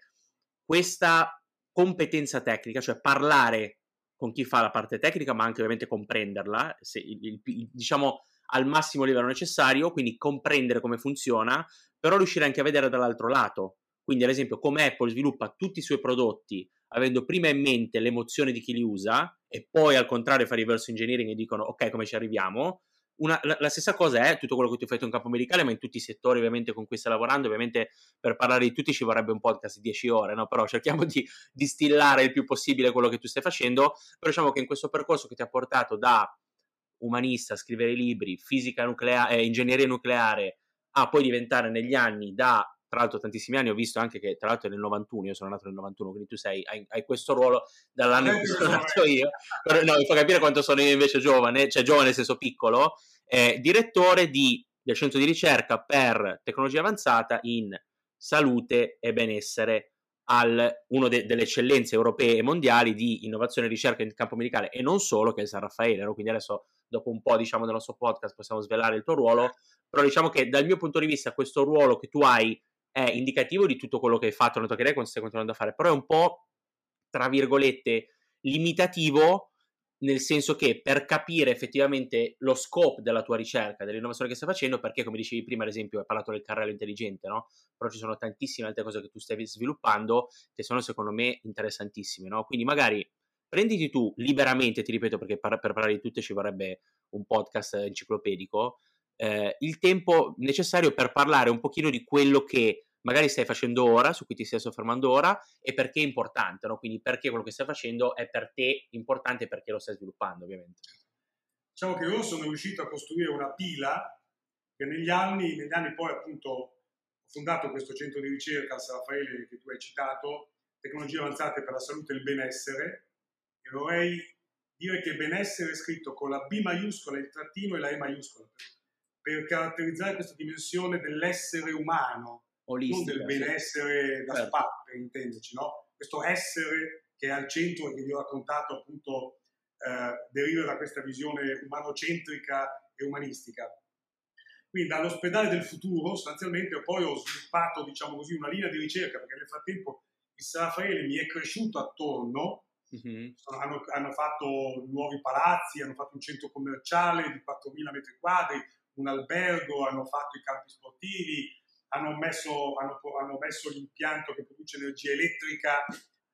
questa competenza tecnica, cioè parlare con chi fa la parte tecnica, ma anche ovviamente comprenderla, se il, il, il, diciamo al massimo livello necessario, quindi comprendere come funziona, però riuscire anche a vedere dall'altro lato. Quindi ad esempio come Apple sviluppa tutti i suoi prodotti avendo prima in mente l'emozione di chi li usa e poi al contrario fa reverse engineering e dicono ok, come ci arriviamo. Una, la, la stessa cosa è tutto quello che tu hai fatto in campo medicale, ma in tutti i settori ovviamente con cui stai lavorando. Ovviamente per parlare di tutti ci vorrebbe un podcast di dieci ore, no? Però cerchiamo di distillare il più possibile quello che tu stai facendo. Però diciamo che in questo percorso che ti ha portato da umanista, scrivere libri, fisica nucleare, eh, ingegneria nucleare, a poi diventare negli anni da, tra l'altro tantissimi anni, ho visto anche che tra l'altro è nel novantuno, io sono nato nel novantuno, quindi tu sei, hai, hai questo ruolo dall'anno in cui sono nato io, però no, mi fa capire quanto sono io invece giovane, cioè giovane nel senso piccolo, eh, direttore di, del centro di ricerca per tecnologia avanzata in salute e benessere, al uno de, delle eccellenze europee e mondiali di innovazione e ricerca in campo medicale e non solo, che è il San Raffaele, no? Quindi adesso dopo un po' diciamo del nostro podcast possiamo svelare il tuo ruolo, però diciamo che dal mio punto di vista questo ruolo che tu hai è indicativo di tutto quello che hai fatto, non toccherei quando stai continuando a fare, però è un po' tra virgolette limitativo, nel senso che per capire effettivamente lo scope della tua ricerca, dell'innovazione che stai facendo, perché come dicevi prima ad esempio hai parlato del carrello intelligente, no? Però ci sono tantissime altre cose che tu stai sviluppando che sono secondo me interessantissime, no? Quindi magari prenditi tu liberamente, ti ripeto perché per, per parlare di tutte ci vorrebbe un podcast enciclopedico, eh, il tempo necessario per parlare un pochino di quello che magari stai facendo ora, su cui ti stai soffermando ora, e perché è importante, no? Quindi perché quello che stai facendo è per te importante e perché lo stai sviluppando, ovviamente. Diciamo che io sono riuscito a costruire una pila che negli anni, negli anni poi appunto ho fondato questo centro di ricerca al San Raffaele che tu hai citato, tecnologie avanzate per la salute e il benessere, e vorrei dire che benessere è scritto con la B maiuscola, il trattino e la E maiuscola, per caratterizzare questa dimensione dell'essere umano, olistica, non del benessere sì. Da certo. Spa, per intenderci, no? Questo essere che è al centro e che vi ho raccontato appunto eh, deriva da questa visione umanocentrica e umanistica. Quindi dall'ospedale del futuro sostanzialmente poi ho sviluppato, diciamo così, una linea di ricerca, perché nel frattempo il San Raffaele mi è cresciuto attorno, mm-hmm. hanno, hanno fatto nuovi palazzi, hanno fatto un centro commerciale di quattromila metri quadri, un albergo, hanno fatto i campi sportivi, hanno messo, hanno, hanno messo l'impianto che produce energia elettrica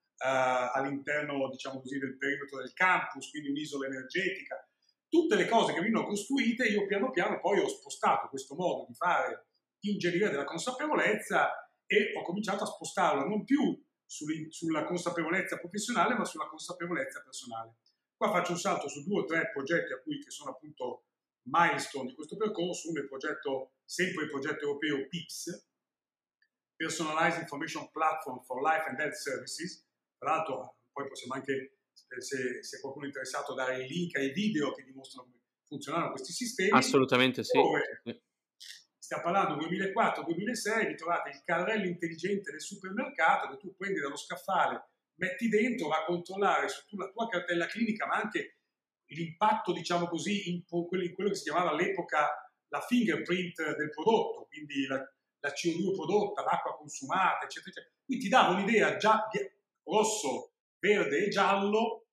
uh, all'interno, diciamo così, del perimetro del campus, quindi un'isola energetica. Tutte le cose che venivano costruite, io piano piano poi ho spostato questo modo di fare ingegneria della consapevolezza e ho cominciato a spostarlo non più sulla consapevolezza professionale, ma sulla consapevolezza personale. Qua faccio un salto su due o tre progetti a cui che sono appunto milestone di questo percorso. Uno è il progetto, sempre il progetto europeo P I P S, Personalized Information Platform for Life and Health Services. Tra l'altro poi possiamo anche, se, se qualcuno è interessato, dare i link ai video che dimostrano come funzionano questi sistemi. Assolutamente sì. Dove, stiamo parlando duemilaquattro duemilasei, vi trovate il carrello intelligente del supermercato che tu prendi dallo scaffale, metti dentro, va a controllare sulla tua cartella clinica, ma anche l'impatto, diciamo così, in quello, in quello che si chiamava all'epoca la fingerprint del prodotto, quindi la, la C O due prodotta, l'acqua consumata, eccetera, eccetera. Quindi ti dà un'idea già rosso, verde e giallo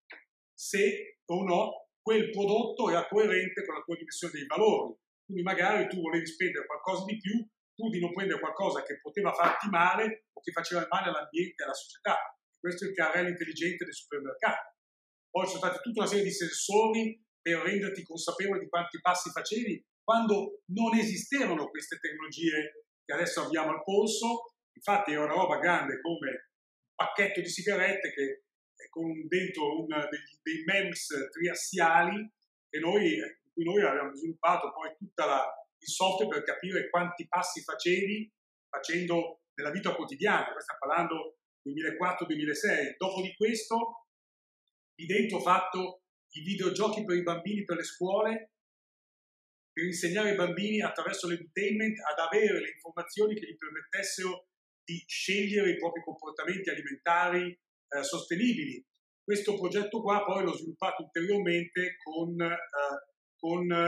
se o no quel prodotto era coerente con la tua dimensione dei valori. Quindi magari tu volevi spendere qualcosa di più pur di non prendere qualcosa che poteva farti male o che faceva male all'ambiente e alla società. Questo è il carrello intelligente del supermercato. Poi ci sono stati tutta una serie di sensori per renderti consapevole di quanti passi facevi quando non esistevano queste tecnologie che adesso abbiamo al polso. Infatti è una roba grande come un pacchetto di sigarette che con dentro un, dei, dei MEMS triassiali che noi, in cui noi abbiamo sviluppato poi tutto il software per capire quanti passi facevi facendo nella vita quotidiana. Qua stiamo parlando duemilaquattro duemilasei. Dopo di questo, lì dentro ho fatto i videogiochi per i bambini per le scuole, per insegnare ai bambini attraverso l'edutainment ad avere le informazioni che gli permettessero di scegliere i propri comportamenti alimentari eh, sostenibili. Questo progetto qua poi l'ho sviluppato ulteriormente con, eh, con, eh,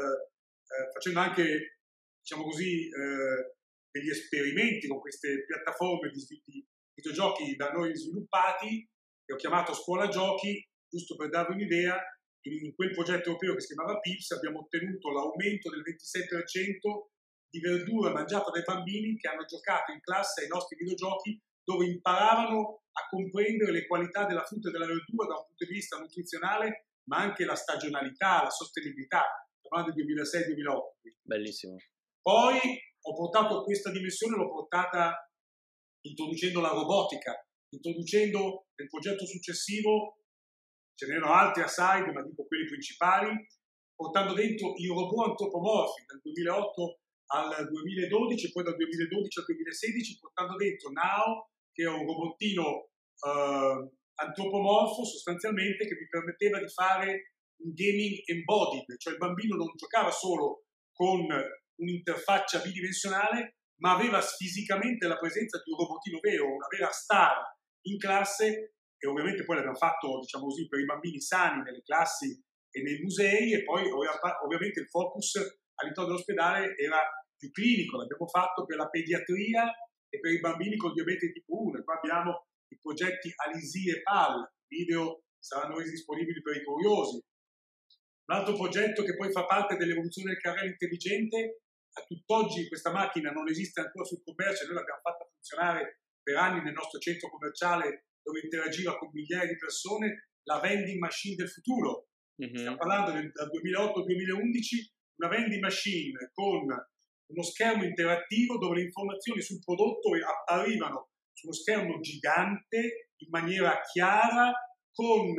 eh, facendo anche, diciamo così, eh, degli esperimenti con queste piattaforme di, di videogiochi da noi sviluppati, che ho chiamato Scuola Giochi, giusto per darvi un'idea. In quel progetto europeo che si chiamava P I P S abbiamo ottenuto l'aumento del ventisei per cento di verdura mangiata dai bambini che hanno giocato in classe ai nostri videogiochi, dove imparavano a comprendere le qualità della frutta e della verdura da un punto di vista nutrizionale, ma anche la stagionalità, la sostenibilità, parlando del duemilasei duemilaotto. Bellissimo. Poi ho portato questa dimensione, l'ho portata introducendo la robotica, introducendo nel progetto successivo, ce n'erano altri a side, ma dico quelli principali, portando dentro i robot antropomorfi dal duemilaotto al duemiladodici e poi dal duemiladodici al duemilasedici, portando dentro Now, che è un robottino eh, antropomorfo sostanzialmente che mi permetteva di fare un gaming embodied, cioè il bambino non giocava solo con un'interfaccia bidimensionale, ma aveva fisicamente la presenza di un robottino vero, una vera star in classe. E ovviamente poi l'abbiamo fatto, diciamo così, per i bambini sani nelle classi e nei musei, e poi ovviamente il focus all'interno dell'ospedale era più clinico, l'abbiamo fatto per la pediatria e per i bambini con diabete tipo uno. E qua abbiamo i progetti Alisi e P A L, i video saranno resi disponibili per i curiosi. Un altro progetto che poi fa parte dell'evoluzione del carrello intelligente, a tutt'oggi questa macchina non esiste ancora sul commercio, noi l'abbiamo fatta funzionare per anni nel nostro centro commerciale dove interagiva con migliaia di persone, la vending machine del futuro. Mm-hmm. Stiamo parlando del, dal duemilaotto al duemilaundici, una vending machine con uno schermo interattivo dove le informazioni sul prodotto apparivano su uno schermo gigante in maniera chiara, con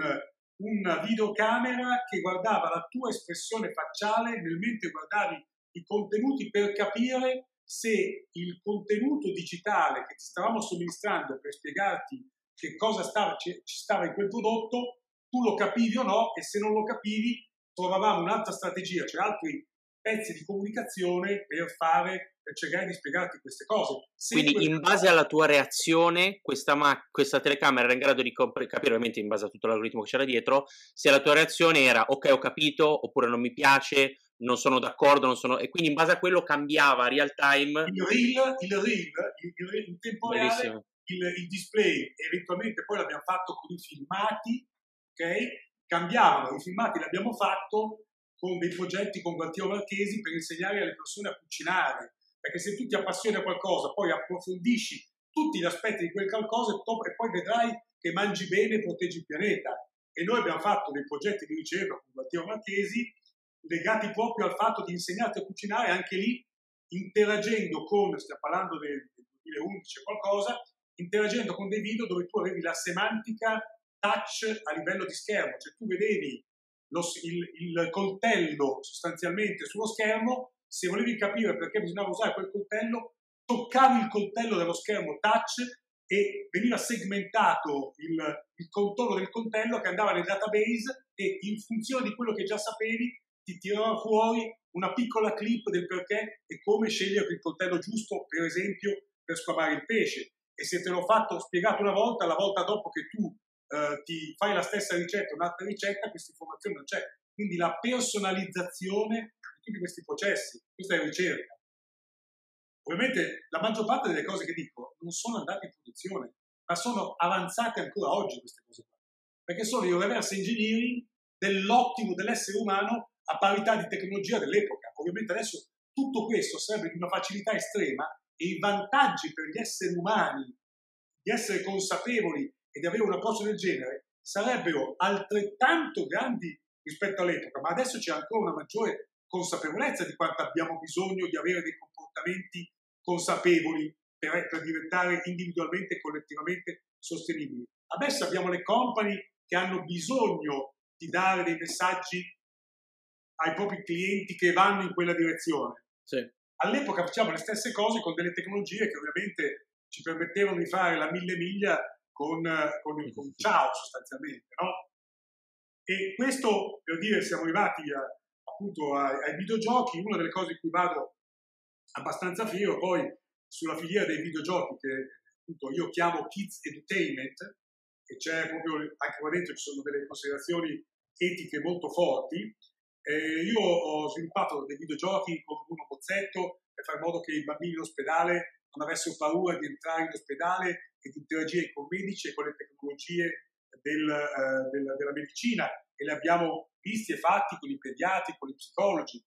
una videocamera che guardava la tua espressione facciale nel mentre guardavi i contenuti, per capire se il contenuto digitale che ti stavamo somministrando per spiegarti che cosa stava, ci stava in quel prodotto, tu lo capivi o no, e se non lo capivi trovavamo un'altra strategia, cioè altri pezzi di comunicazione per fare, per cercare di spiegarti queste cose. Se Quindi questa... in base alla tua reazione questa, ma- questa telecamera era in grado di comp- capire, ovviamente in base a tutto l'algoritmo che c'era dietro, se la tua reazione era ok ho capito, oppure non mi piace, non sono d'accordo, non sono... e quindi in base a quello cambiava real time il reel, il reel, il, il, in tempo reale, il, il display, e eventualmente poi l'abbiamo fatto con i filmati, ok? Cambiavano, i filmati li abbiamo fatto con dei progetti con Gualtiero Marchesi per insegnare alle persone a cucinare, perché se tu ti appassioni a qualcosa, poi approfondisci tutti gli aspetti di quel qualcosa e poi vedrai che mangi bene e proteggi il pianeta. E noi abbiamo fatto dei progetti di ricerca con Gualtiero Marchesi legati proprio al fatto di insegnarti a cucinare, anche lì interagendo con, stiamo parlando del duemilaundici e qualcosa, interagendo con dei video dove tu avevi la semantica touch a livello di schermo, cioè tu vedevi lo, il, il coltello sostanzialmente sullo schermo, se volevi capire perché bisognava usare quel coltello, toccavi il coltello dello schermo touch e veniva segmentato il, il contorno del coltello che andava nel database e in funzione di quello che già sapevi ti tirava fuori una piccola clip del perché e come scegliere il coltello giusto, per esempio, per squamare il pesce. E se te l'ho fatto spiegato una volta, la volta dopo che tu eh, ti fai la stessa ricetta, un'altra ricetta, questa informazione non c'è. Quindi la personalizzazione di tutti questi processi, questa è ricerca. Ovviamente la maggior parte delle cose che dico non sono andate in produzione, ma sono avanzate ancora oggi queste cose qua, perché sono il reverse engineering dell'ottimo dell'essere umano a parità di tecnologia dell'epoca. Ovviamente adesso tutto questo sarebbe di una facilità estrema e i vantaggi per gli esseri umani di essere consapevoli e di avere un approccio del genere sarebbero altrettanto grandi rispetto all'epoca, ma adesso c'è ancora una maggiore consapevolezza di quanto abbiamo bisogno di avere dei comportamenti consapevoli per, per diventare individualmente e collettivamente sostenibili. Adesso abbiamo le company che hanno bisogno di dare dei messaggi ai propri clienti che vanno in quella direzione. Sì. All'epoca facciamo le stesse cose con delle tecnologie che ovviamente ci permettevano di fare la mille miglia con, con, con ciao sostanzialmente, no? E questo, per dire, siamo arrivati a, appunto ai, ai videogiochi. Una delle cose in cui vado abbastanza fiero poi sulla filiera dei videogiochi, che appunto io chiamo Kids Edutainment, e c'è proprio anche qua dentro ci sono delle considerazioni etiche molto forti. Eh, io ho sviluppato dei videogiochi con Bruno Bozzetto per fare in modo che i bambini in ospedale non avessero paura di entrare in ospedale e di interagire con medici e con le tecnologie del, eh, del, della medicina, e li abbiamo visti e fatti con i pediatri, con i psicologi.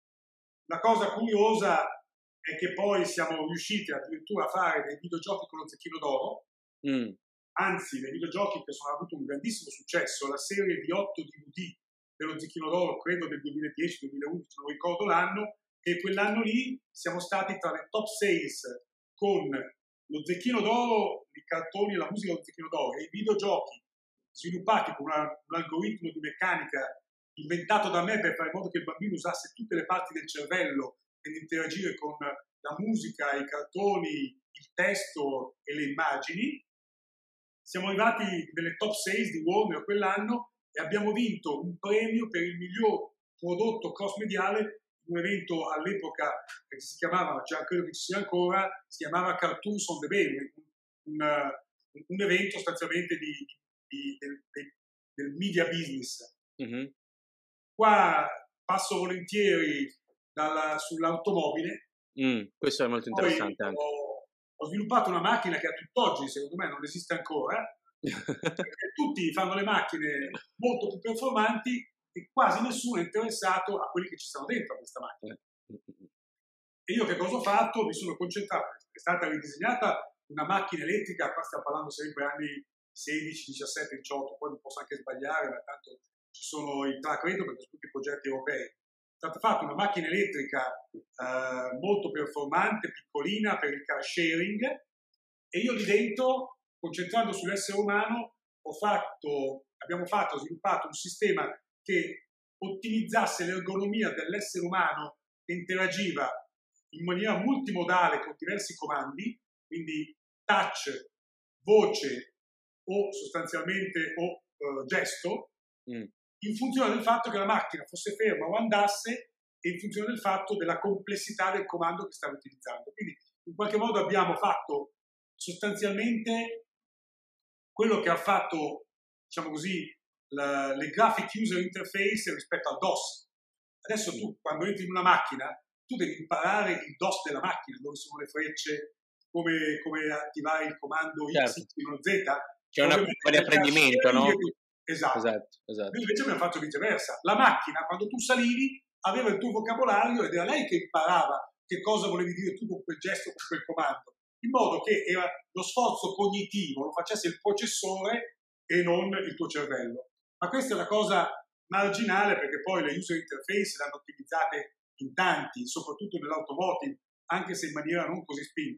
La cosa curiosa è che poi siamo riusciti addirittura a fare dei videogiochi con lo Zecchino d'Oro, mm. anzi dei videogiochi che sono avuto un grandissimo successo, la serie di otto D V D dello Zecchino d'Oro, credo del duemiladieci duemilaundici, non ricordo l'anno, e quell'anno lì siamo stati tra le top sales con lo Zecchino d'Oro, i cartoni e la musica dello Zecchino d'Oro e i videogiochi sviluppati con una, un algoritmo di meccanica inventato da me per fare in modo che il bambino usasse tutte le parti del cervello per interagire con la musica, i cartoni, il testo e le immagini. Siamo arrivati nelle top sales di Warner quell'anno e abbiamo vinto un premio per il miglior prodotto cross-mediale, un evento all'epoca che si chiamava, cioè credo che ci sia ancora, si chiamava Cartoons on the Bay, un, un, un evento sostanzialmente di, di, del, del media business. Mm-hmm. Qua passo volentieri dalla, sull'automobile. Mm, questo è molto interessante. Poi anche. Ho, ho sviluppato una macchina che a tutt'oggi, secondo me, non esiste ancora, perché tutti fanno le macchine molto più performanti e quasi nessuno è interessato a quelli che ci stanno dentro a questa macchina. E io che cosa ho fatto? Mi sono concentrato, è stata ridisegnata una macchina elettrica, qua stiamo parlando sempre anni sedici, diciassette, diciotto, poi mi posso anche sbagliare, ma tanto ci sono i track record perché sono tutti i progetti europei. È stata fatta una macchina elettrica eh, molto performante, piccolina, per il car sharing, e io lì dentro, concentrando sull'essere umano, ho fatto, abbiamo fatto, ho sviluppato un sistema che ottimizzasse l'ergonomia dell'essere umano che interagiva in maniera multimodale con diversi comandi, quindi touch, voce o sostanzialmente o uh, gesto, mm. in funzione del fatto che la macchina fosse ferma o andasse e in funzione del fatto della complessità del comando che stava utilizzando. Quindi in qualche modo abbiamo fatto sostanzialmente quello che ha fatto, diciamo così, la, le graphic user interface rispetto al DOS. Adesso tu, quando entri in una macchina, tu devi imparare il DOS della macchina, dove sono le frecce, come, come attivare il comando certo. X, Y, Z. C'è una curva di apprendimento, no? Esatto. esatto, esatto. Noi invece abbiamo fatto viceversa. La macchina, quando tu salivi, aveva il tuo vocabolario ed era lei che imparava che cosa volevi dire tu con quel gesto, con quel comando, in modo che era lo sforzo cognitivo lo facesse il processore e non il tuo cervello. Ma questa è una cosa marginale, perché poi le user interface le hanno ottimizzate in tanti, soprattutto nell'automotive, anche se in maniera non così spinta.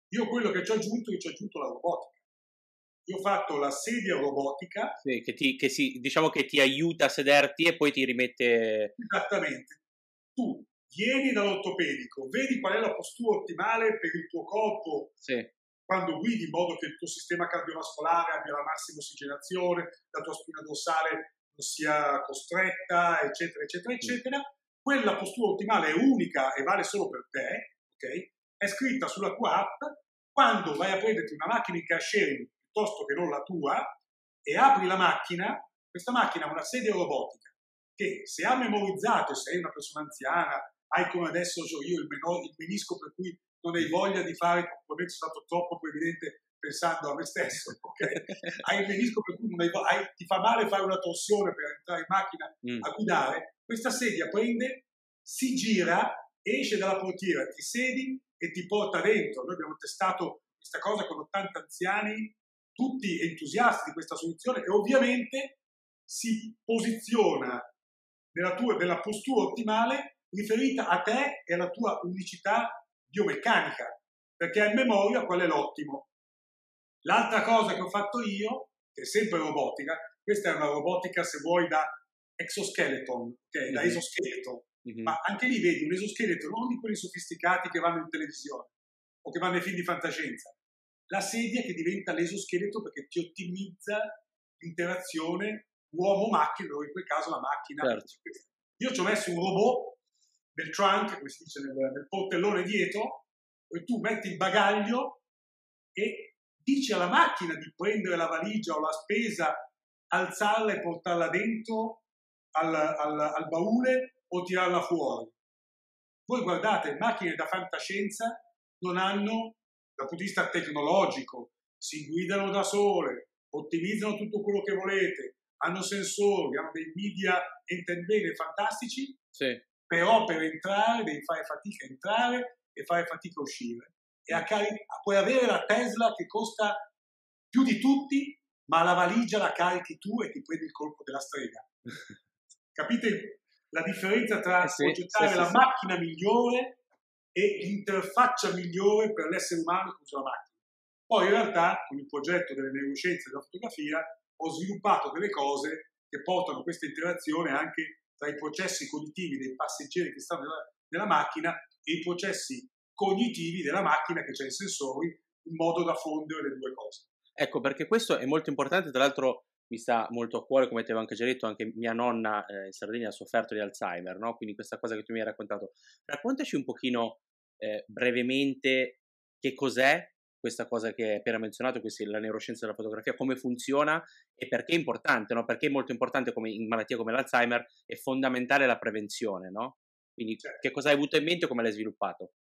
Io quello che ci ho aggiunto, io ci ho aggiunto la robotica. Io ho fatto la sedia robotica. Sì, che ti, che si, diciamo che ti aiuta a sederti e poi ti rimette... Esattamente. Tu vieni dall'ortopedico, vedi qual è la postura ottimale per il tuo corpo, sì, quando guidi, in modo che il tuo sistema cardiovascolare abbia la massima ossigenazione, la tua spina dorsale non sia costretta, eccetera, eccetera, eccetera. Mm. Quella postura ottimale è unica e vale solo per te, ok? È scritta sulla tua app. Quando vai a prenderti una macchina in car sharing piuttosto che non la tua e apri la macchina, questa macchina ha una sedia robotica che, se ha memorizzato, se sei una persona anziana, hai come adesso ho io il, meno, il menisco per cui non hai voglia di fare, probabilmente sono stato troppo previdente pensando a me stesso, okay? Hai il menisco per cui non hai, hai, ti fa male fare una torsione per entrare in macchina mm. a guidare, questa sedia prende, si gira, esce dalla portiera, ti sedi e ti porta dentro. Noi abbiamo testato questa cosa con ottanta anziani, tutti entusiasti di questa soluzione, e ovviamente si posiziona nella, tua, nella postura ottimale riferita a te e alla tua unicità biomeccanica, perché ha in memoria qual è l'ottimo. L'altra cosa che ho fatto io, che è sempre robotica, questa è una robotica, se vuoi, da exoskeleton, okay? Mm-hmm. Da esoscheletro, mm-hmm. Ma anche lì vedi un esoscheletro non di quelli sofisticati che vanno in televisione o che vanno nei film di fantascienza, la sedia che diventa l'esoscheletro perché ti ottimizza l'interazione uomo-macchina, o in quel caso la macchina. Certo. Io ci ho messo un robot nel trunk, come si dice, nel, nel portellone dietro, e tu metti il bagaglio e dici alla macchina di prendere la valigia o la spesa, alzarla e portarla dentro al, al, al baule o tirarla fuori. Voi guardate, macchine da fantascienza non hanno, dal punto di vista tecnologico, si guidano da sole, ottimizzano tutto quello che volete, hanno sensori, hanno dei media enten bene fantastici, sì. Però per entrare devi fare fatica a entrare e fare fatica a uscire. E a cari- puoi avere la Tesla che costa più di tutti, ma la valigia la carichi tu e ti prendi il colpo della strega. Capite la differenza tra eh sì, progettare sì, la sì, macchina sì. migliore e l'interfaccia migliore per l'essere umano che usa la macchina? Poi in realtà, con il progetto delle neuroscienze della fotografia, ho sviluppato delle cose che portano questa interazione anche tra i processi cognitivi dei passeggeri che stanno nella, nella macchina e i processi cognitivi della macchina che c'è i sensori, in modo da fondere le due cose. Ecco, perché questo è molto importante, tra l'altro mi sta molto a cuore, come ti avevo anche già detto, anche mia nonna eh, in Sardegna ha sofferto di Alzheimer, no? Quindi questa cosa che tu mi hai raccontato. Raccontaci un pochino eh, brevemente che cos'è questa cosa che hai appena menzionato, questa è la neuroscienza della fotografia, come funziona e perché è importante, no? Perché è molto importante, come in malattie come l'Alzheimer, è fondamentale la prevenzione, no? Quindi certo. Che cosa hai avuto in mente e come l'hai sviluppato?